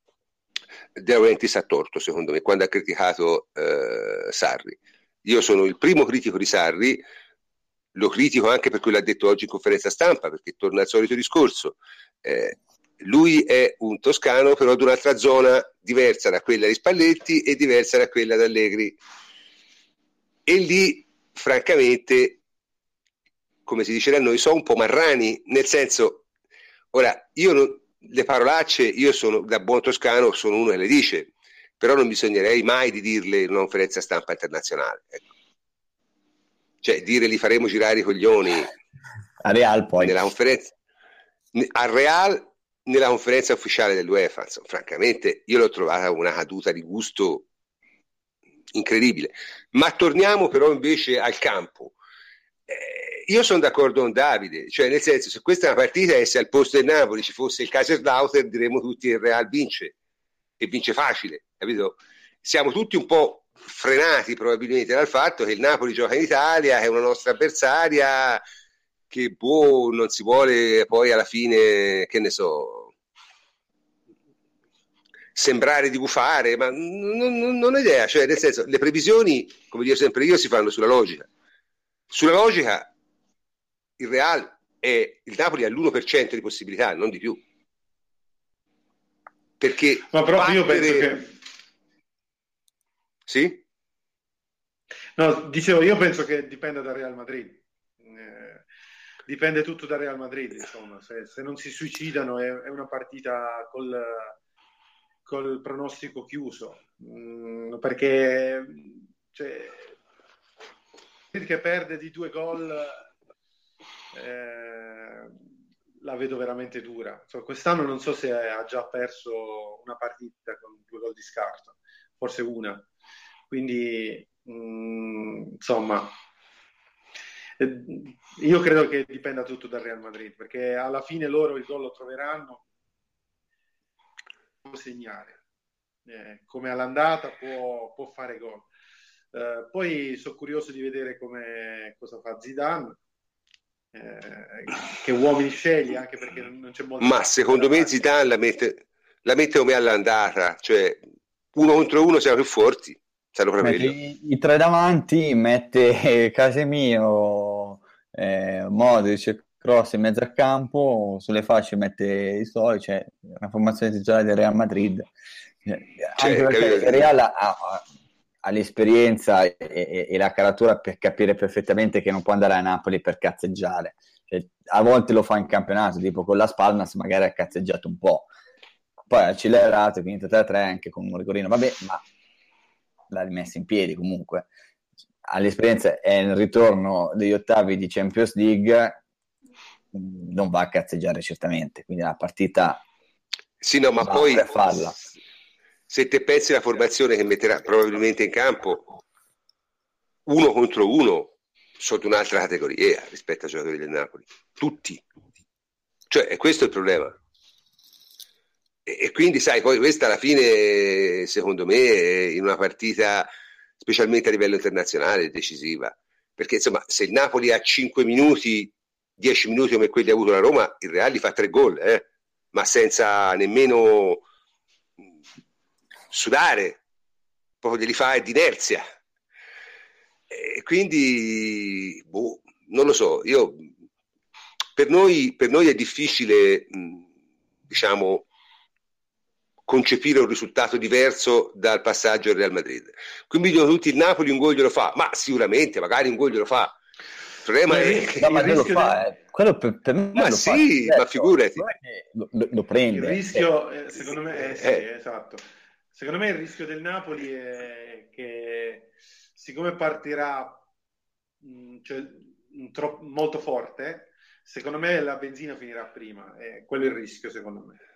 De Laurentiis ha torto, secondo me, quando ha criticato eh, Sarri. Io sono il primo critico di Sarri, lo critico anche per quello che ha detto oggi in conferenza stampa, perché torna al solito discorso. Eh, lui è un toscano però di un'altra zona diversa da quella di Spalletti e diversa da quella di Allegri, e lì francamente, come si dice da noi, sono un po' marrani, nel senso, ora io non, le parolacce, io sono da buon toscano, sono uno che le dice, però non bisognerei mai di dirle in una conferenza stampa internazionale, ecco. Cioè dire li faremo girare i coglioni a Real, poi nella conferenza al Real nella conferenza ufficiale dell'UEFA, insomma, francamente io l'ho trovata una caduta di gusto incredibile. Ma torniamo però invece al campo. Eh, io sono d'accordo con Davide, cioè nel senso, se questa è una partita e se al posto del Napoli ci fosse il Kaiserslautern diremmo tutti il Real vince e vince facile, capito? Siamo tutti un po' frenati probabilmente dal fatto che il Napoli gioca in Italia, è una nostra avversaria, che boh, non si vuole poi alla fine, che ne so, sembrare di gufare, ma non, non, non ho idea, cioè nel senso, le previsioni, come dico sempre io, si fanno sulla logica. Sulla logica il Real è, il Napoli ha l'uno per cento di possibilità, non di più. Perché ma proprio battere... io penso che sì? No, dicevo, io penso che dipenda dal Real Madrid. Eh, dipende tutto dal Real Madrid, insomma. Se, se non si suicidano è, è una partita col, col pronostico chiuso. Mm, perché cioè, che perde di due gol eh, la vedo veramente dura. Cioè, quest'anno non so se ha già perso una partita con due gol di scarto, forse una. Quindi mh, insomma eh, io credo che dipenda tutto dal Real Madrid, perché alla fine loro il gol lo troveranno, può segnare eh, come all'andata, può, può fare gol. Eh, poi sono curioso di vedere come, cosa fa Zidane, eh, che uomini sceglie, anche perché non c'è molto. Ma secondo me Zidane la mette, la mette come all'andata, cioè uno contro uno siamo più forti. Mette i, i tre davanti, mette Casemiro, eh, Modric, Kroos in mezzo al campo, sulle fasce mette i soli, cioè una formazione titolare del Real Madrid. Cioè, anche perché il Real ha, ha, ha l'esperienza e, e, e la caratura per capire perfettamente che non può andare a Napoli per cazzeggiare. Cioè, a volte lo fa in campionato, tipo con la Spalmas magari ha cazzeggiato un po', poi ha accelerato, è finito tre a tre anche con un rigorino, vabbè, ma l'ha rimessa in piedi comunque. all'esperienza è il ritorno degli ottavi di Champions League, non va a cazzeggiare certamente, quindi la partita sì, no, ma va poi per farla. Se te pensi la formazione che metterà probabilmente in campo, uno contro uno sotto un'altra categoria rispetto ai giocatori del Napoli, tutti, cioè è questo il problema. E, e quindi sai, poi questa alla fine secondo me in una partita specialmente a livello internazionale è decisiva, perché insomma se il Napoli ha cinque minuti, dieci minuti come quelli ha avuto la Roma, il Real gli fa tre gol, eh? Ma senza nemmeno sudare, proprio glieli fa di inerzia. E quindi boh, non lo so, io per noi, per noi è difficile mh, diciamo concepire un risultato diverso dal passaggio al Real Madrid. Quindi dicono tutti il Napoli un gol glielo fa, ma sicuramente magari un gol glielo fa. Il problema Beh, No, è che ma il non lo rischio fa, del- eh. Quello per, per me ma lo fa, sì, certo. ma figurati. Non è che lo, lo- lo Il prende. rischio, eh, secondo me, eh, sì, Eh. esatto. Secondo me il rischio del Napoli è che siccome partirà mh, cioè, mh, tro- molto forte, secondo me la benzina finirà prima, e quello è il rischio secondo me.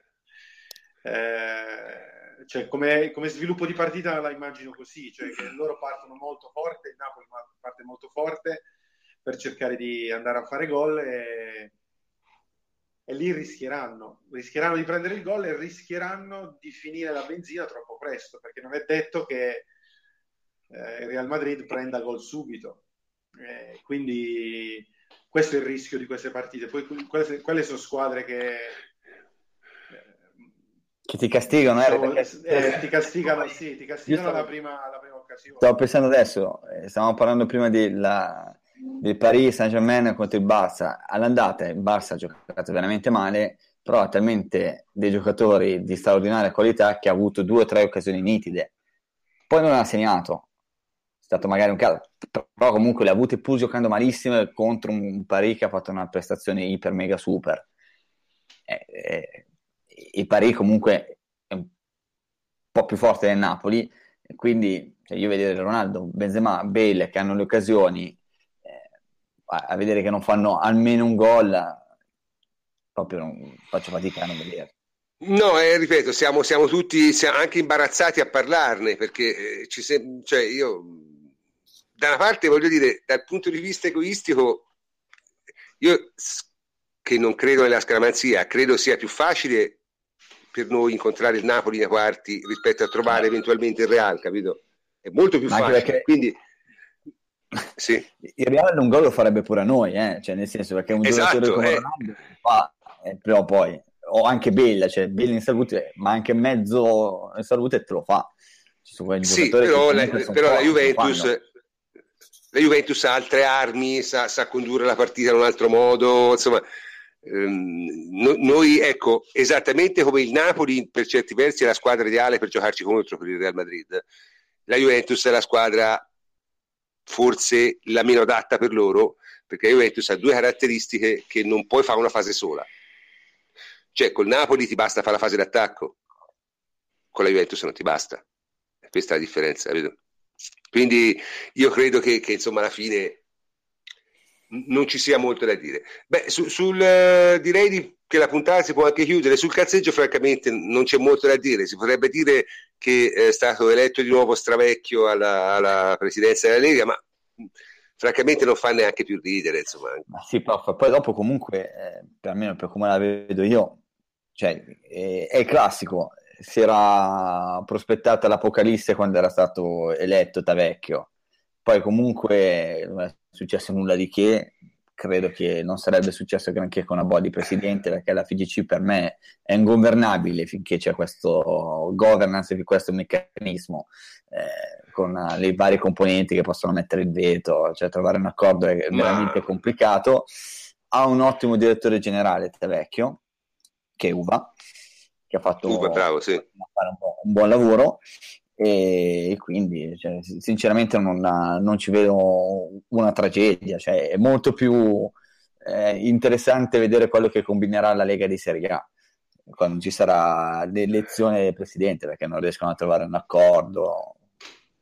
Eh, cioè, come, come sviluppo di partita la immagino così, cioè che loro partono molto forte, il Napoli parte molto forte per cercare di andare a fare gol e, e lì rischieranno, rischieranno di prendere il gol e rischieranno di finire la benzina troppo presto, perché non è detto che eh, il Real Madrid prenda gol subito. Eh, quindi questo è il rischio di queste partite. Poi quelle, quelle sono squadre che Che ti castigano, eh, diciamo, perché- eh, ti castigano, sì, ti castigano Io stavo- alla prima, alla prima occasione. Stavo pensando adesso, eh, stavamo parlando prima di la- del Paris Saint-Germain contro il Barça. All'andata il Barça ha giocato veramente male, però ha talmente dei giocatori di straordinaria qualità che ha avuto due o tre occasioni nitide. Poi non ha segnato, è stato magari un caso, però comunque le ha avute pur giocando malissimo contro un Paris che ha fatto una prestazione iper mega super. Eh, eh, il Paris comunque è un po' più forte del Napoli, e quindi cioè, io vedere Ronaldo, Benzema, Bale che hanno le occasioni, eh, a, a vedere che non fanno almeno un gol, proprio non, faccio fatica a non vedere. No, eh, ripeto, siamo, siamo tutti siamo anche imbarazzati a parlarne perché eh, ci sem- cioè io da una parte voglio dire, dal punto di vista egoistico, io che non credo nella scaramanzia, credo sia più facile per noi incontrare il Napoli nei quarti rispetto a trovare eventualmente il Real, capito? È molto più Ma anche facile, perché- quindi sì. Il Real un gol lo farebbe pure a noi, eh? Cioè, nel senso perché un Esatto, giocatore come eh. Ronaldo lo fa eh, prima o poi, o anche Bale, cioè Bale in salute, ma anche mezzo in salute te lo fa. Ci sono quei Sì, giocatori però, che la, comunque sono però la forti, lo Juventus fanno. la Juventus ha altre armi, sa, sa condurre la partita in un altro modo, insomma ehm, no, noi ecco, esattamente come il Napoli per certi versi è la squadra ideale per giocarci contro per il Real Madrid, la Juventus è la squadra forse la meno adatta per loro, perché la Juventus ha due caratteristiche che non puoi fare una fase sola, cioè col Napoli ti basta fare la fase d'attacco, con la Juventus non ti basta, questa è la differenza, capito? Quindi io credo che, che insomma alla fine non ci sia molto da dire. Beh, su, sul uh, direi di, che la puntata si può anche chiudere. Sul calzeggio francamente non c'è molto da dire, si potrebbe dire che è stato eletto di nuovo Stravecchio alla, alla presidenza della Lega, ma francamente non fa neanche più ridere, insomma. Ma sì, prof, poi dopo comunque, eh, per almeno per come la vedo io, cioè, è, è il classico, si era prospettata l'apocalisse quando era stato eletto Tavecchio, poi comunque non è successo nulla di che, credo che non sarebbe successo granché con una body presidente, perché la F I G C per me è ingovernabile finché c'è questo governance, questo meccanismo, eh, con le varie componenti che possono mettere il veto, cioè trovare un accordo è Ma- veramente complicato. Ha un ottimo direttore generale Tavecchio, che è Uva, che ha fatto Uva, bravo, sì. fare un, buon, un buon lavoro, e quindi cioè, sinceramente non, non ci vedo una tragedia, cioè, è molto più eh, interessante vedere quello che combinerà la Lega di Serie A quando ci sarà l'elezione del presidente, perché non riescono a trovare un accordo.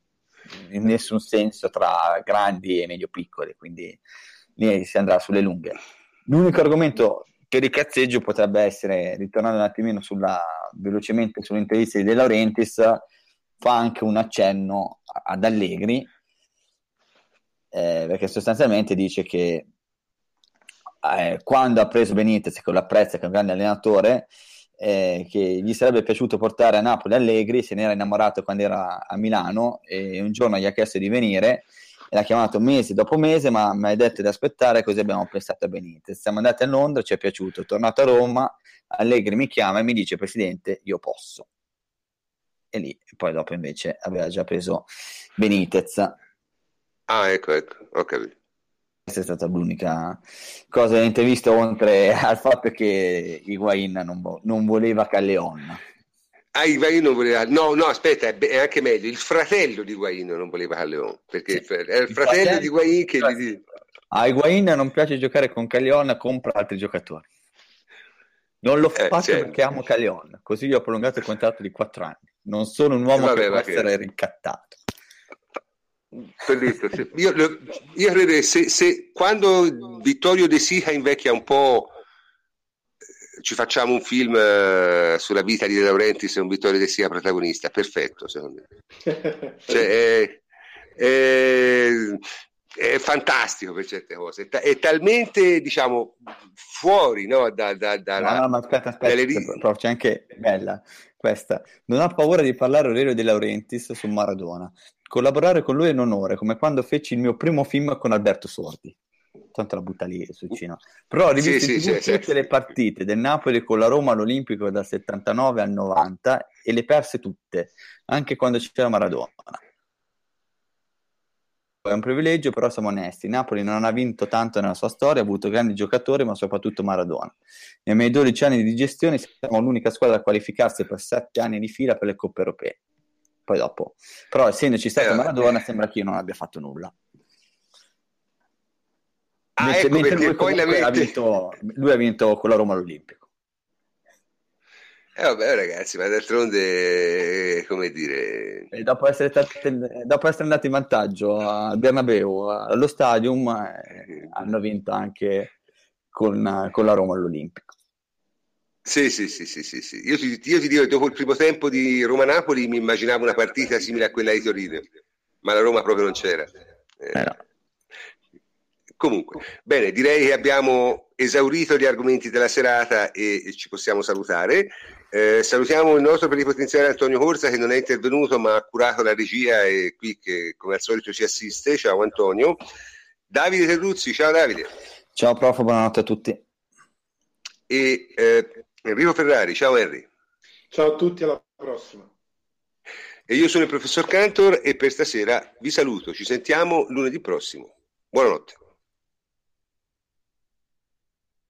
in nessun senso tra grandi e medio piccoli, quindi lì si andrà sulle lunghe. L'unico argomento che di cazzeggio potrebbe essere, ritornando un attimino sulla, velocemente sull'intervista di De Laurentiis, fa anche un accenno ad Allegri, eh, perché sostanzialmente dice che eh, quando ha preso Benitez, che lo apprezza, che è un grande allenatore, eh, che gli sarebbe piaciuto portare a Napoli Allegri, se ne era innamorato quando era a Milano, e un giorno gli ha chiesto di venire, e l'ha chiamato mese dopo mese, ma mi hai detto di aspettare, così abbiamo pensato a Benitez. Siamo andati a Londra, ci è piaciuto, è tornato a Roma, Allegri mi chiama e mi dice: presidente, io posso. E lì, poi dopo invece aveva già preso Benitez. Ah, ecco, ecco, ho capito. Questa è stata l'unica cosa dell'intervista, oltre al fatto che Higuain non, vo- non voleva Callejon. Ah, Higuain non voleva, no, no, aspetta, è, be- è anche meglio, il fratello di Higuain non voleva Callejon, perché Sì. è il fratello di Higuain che gli dice... A Higuain non piace giocare con Callejon, compra altri giocatori. Non l'ho Eh, fatto certo. perché amo Callejon, così gli ho prolungato il contratto di quattro anni. Non sono un uomo Eh, vabbè, che può ma che- essere ricattato. Bellissimo, sì. Io, io credo che se, se quando Vittorio De Sica invecchia un po', eh, ci facciamo un film eh, sulla vita di De Laurentiis e un Vittorio De Sica protagonista, perfetto secondo me. Cioè, è, è, è fantastico per certe cose, è, ta- è talmente, diciamo, fuori, no, da, da, dalla, No, no, ma aspetta, aspetta, dalle ri- però c'è anche bella questa. Non ha paura di parlare Aurelio De Laurentiis su Maradona. Collaborare con lui è un onore, come quando feci il mio primo film con Alberto Sordi. Tanto la butta lì sul cinema. Però ho rivisto Sì, in sì, TV sì, tutte sì. le partite del Napoli con la Roma all'Olimpico dal settantanove al novanta e le perse tutte, anche quando c'era Maradona. È un privilegio, però siamo onesti. Napoli non ha vinto tanto nella sua storia, ha avuto grandi giocatori, ma soprattutto Maradona. Nei miei dodici anni di gestione siamo l'unica squadra a qualificarsi per sette anni di fila per le coppe europee. Poi dopo, però essendoci stato Eh, Maradona, sembra che io non abbia fatto nulla. Ah, Mentre, ecco mentre perché lui poi la comunque ha mette... vinto, lui ha vinto con la Roma all'Olimpico. Eh vabbè ragazzi, ma d'altronde, eh, come dire... E dopo essere, state- dopo essere andati in vantaggio al Bernabeu, allo Stadium, eh, hanno vinto anche con, con la Roma all'Olimpico. Sì, sì, sì, sì, sì, sì. Io, ti, io ti dico che dopo il primo tempo di Roma-Napoli mi immaginavo una partita simile a quella di Torino, ma la Roma proprio non c'era. Eh, Eh no. Comunque, bene, direi che abbiamo esaurito gli argomenti della serata e, e ci possiamo salutare. Eh, salutiamo il nostro plenipotenziario Antonio Corsa, che non è intervenuto ma ha curato la regia e qui che come al solito ci assiste. Ciao Antonio. Davide Terruzzi, ciao Davide. Ciao prof, buonanotte a tutti. E eh, Enrico Ferrari, ciao Henry. Ciao a tutti, alla prossima. E io sono il professor Cantor e per stasera vi saluto, ci sentiamo lunedì prossimo. Buonanotte.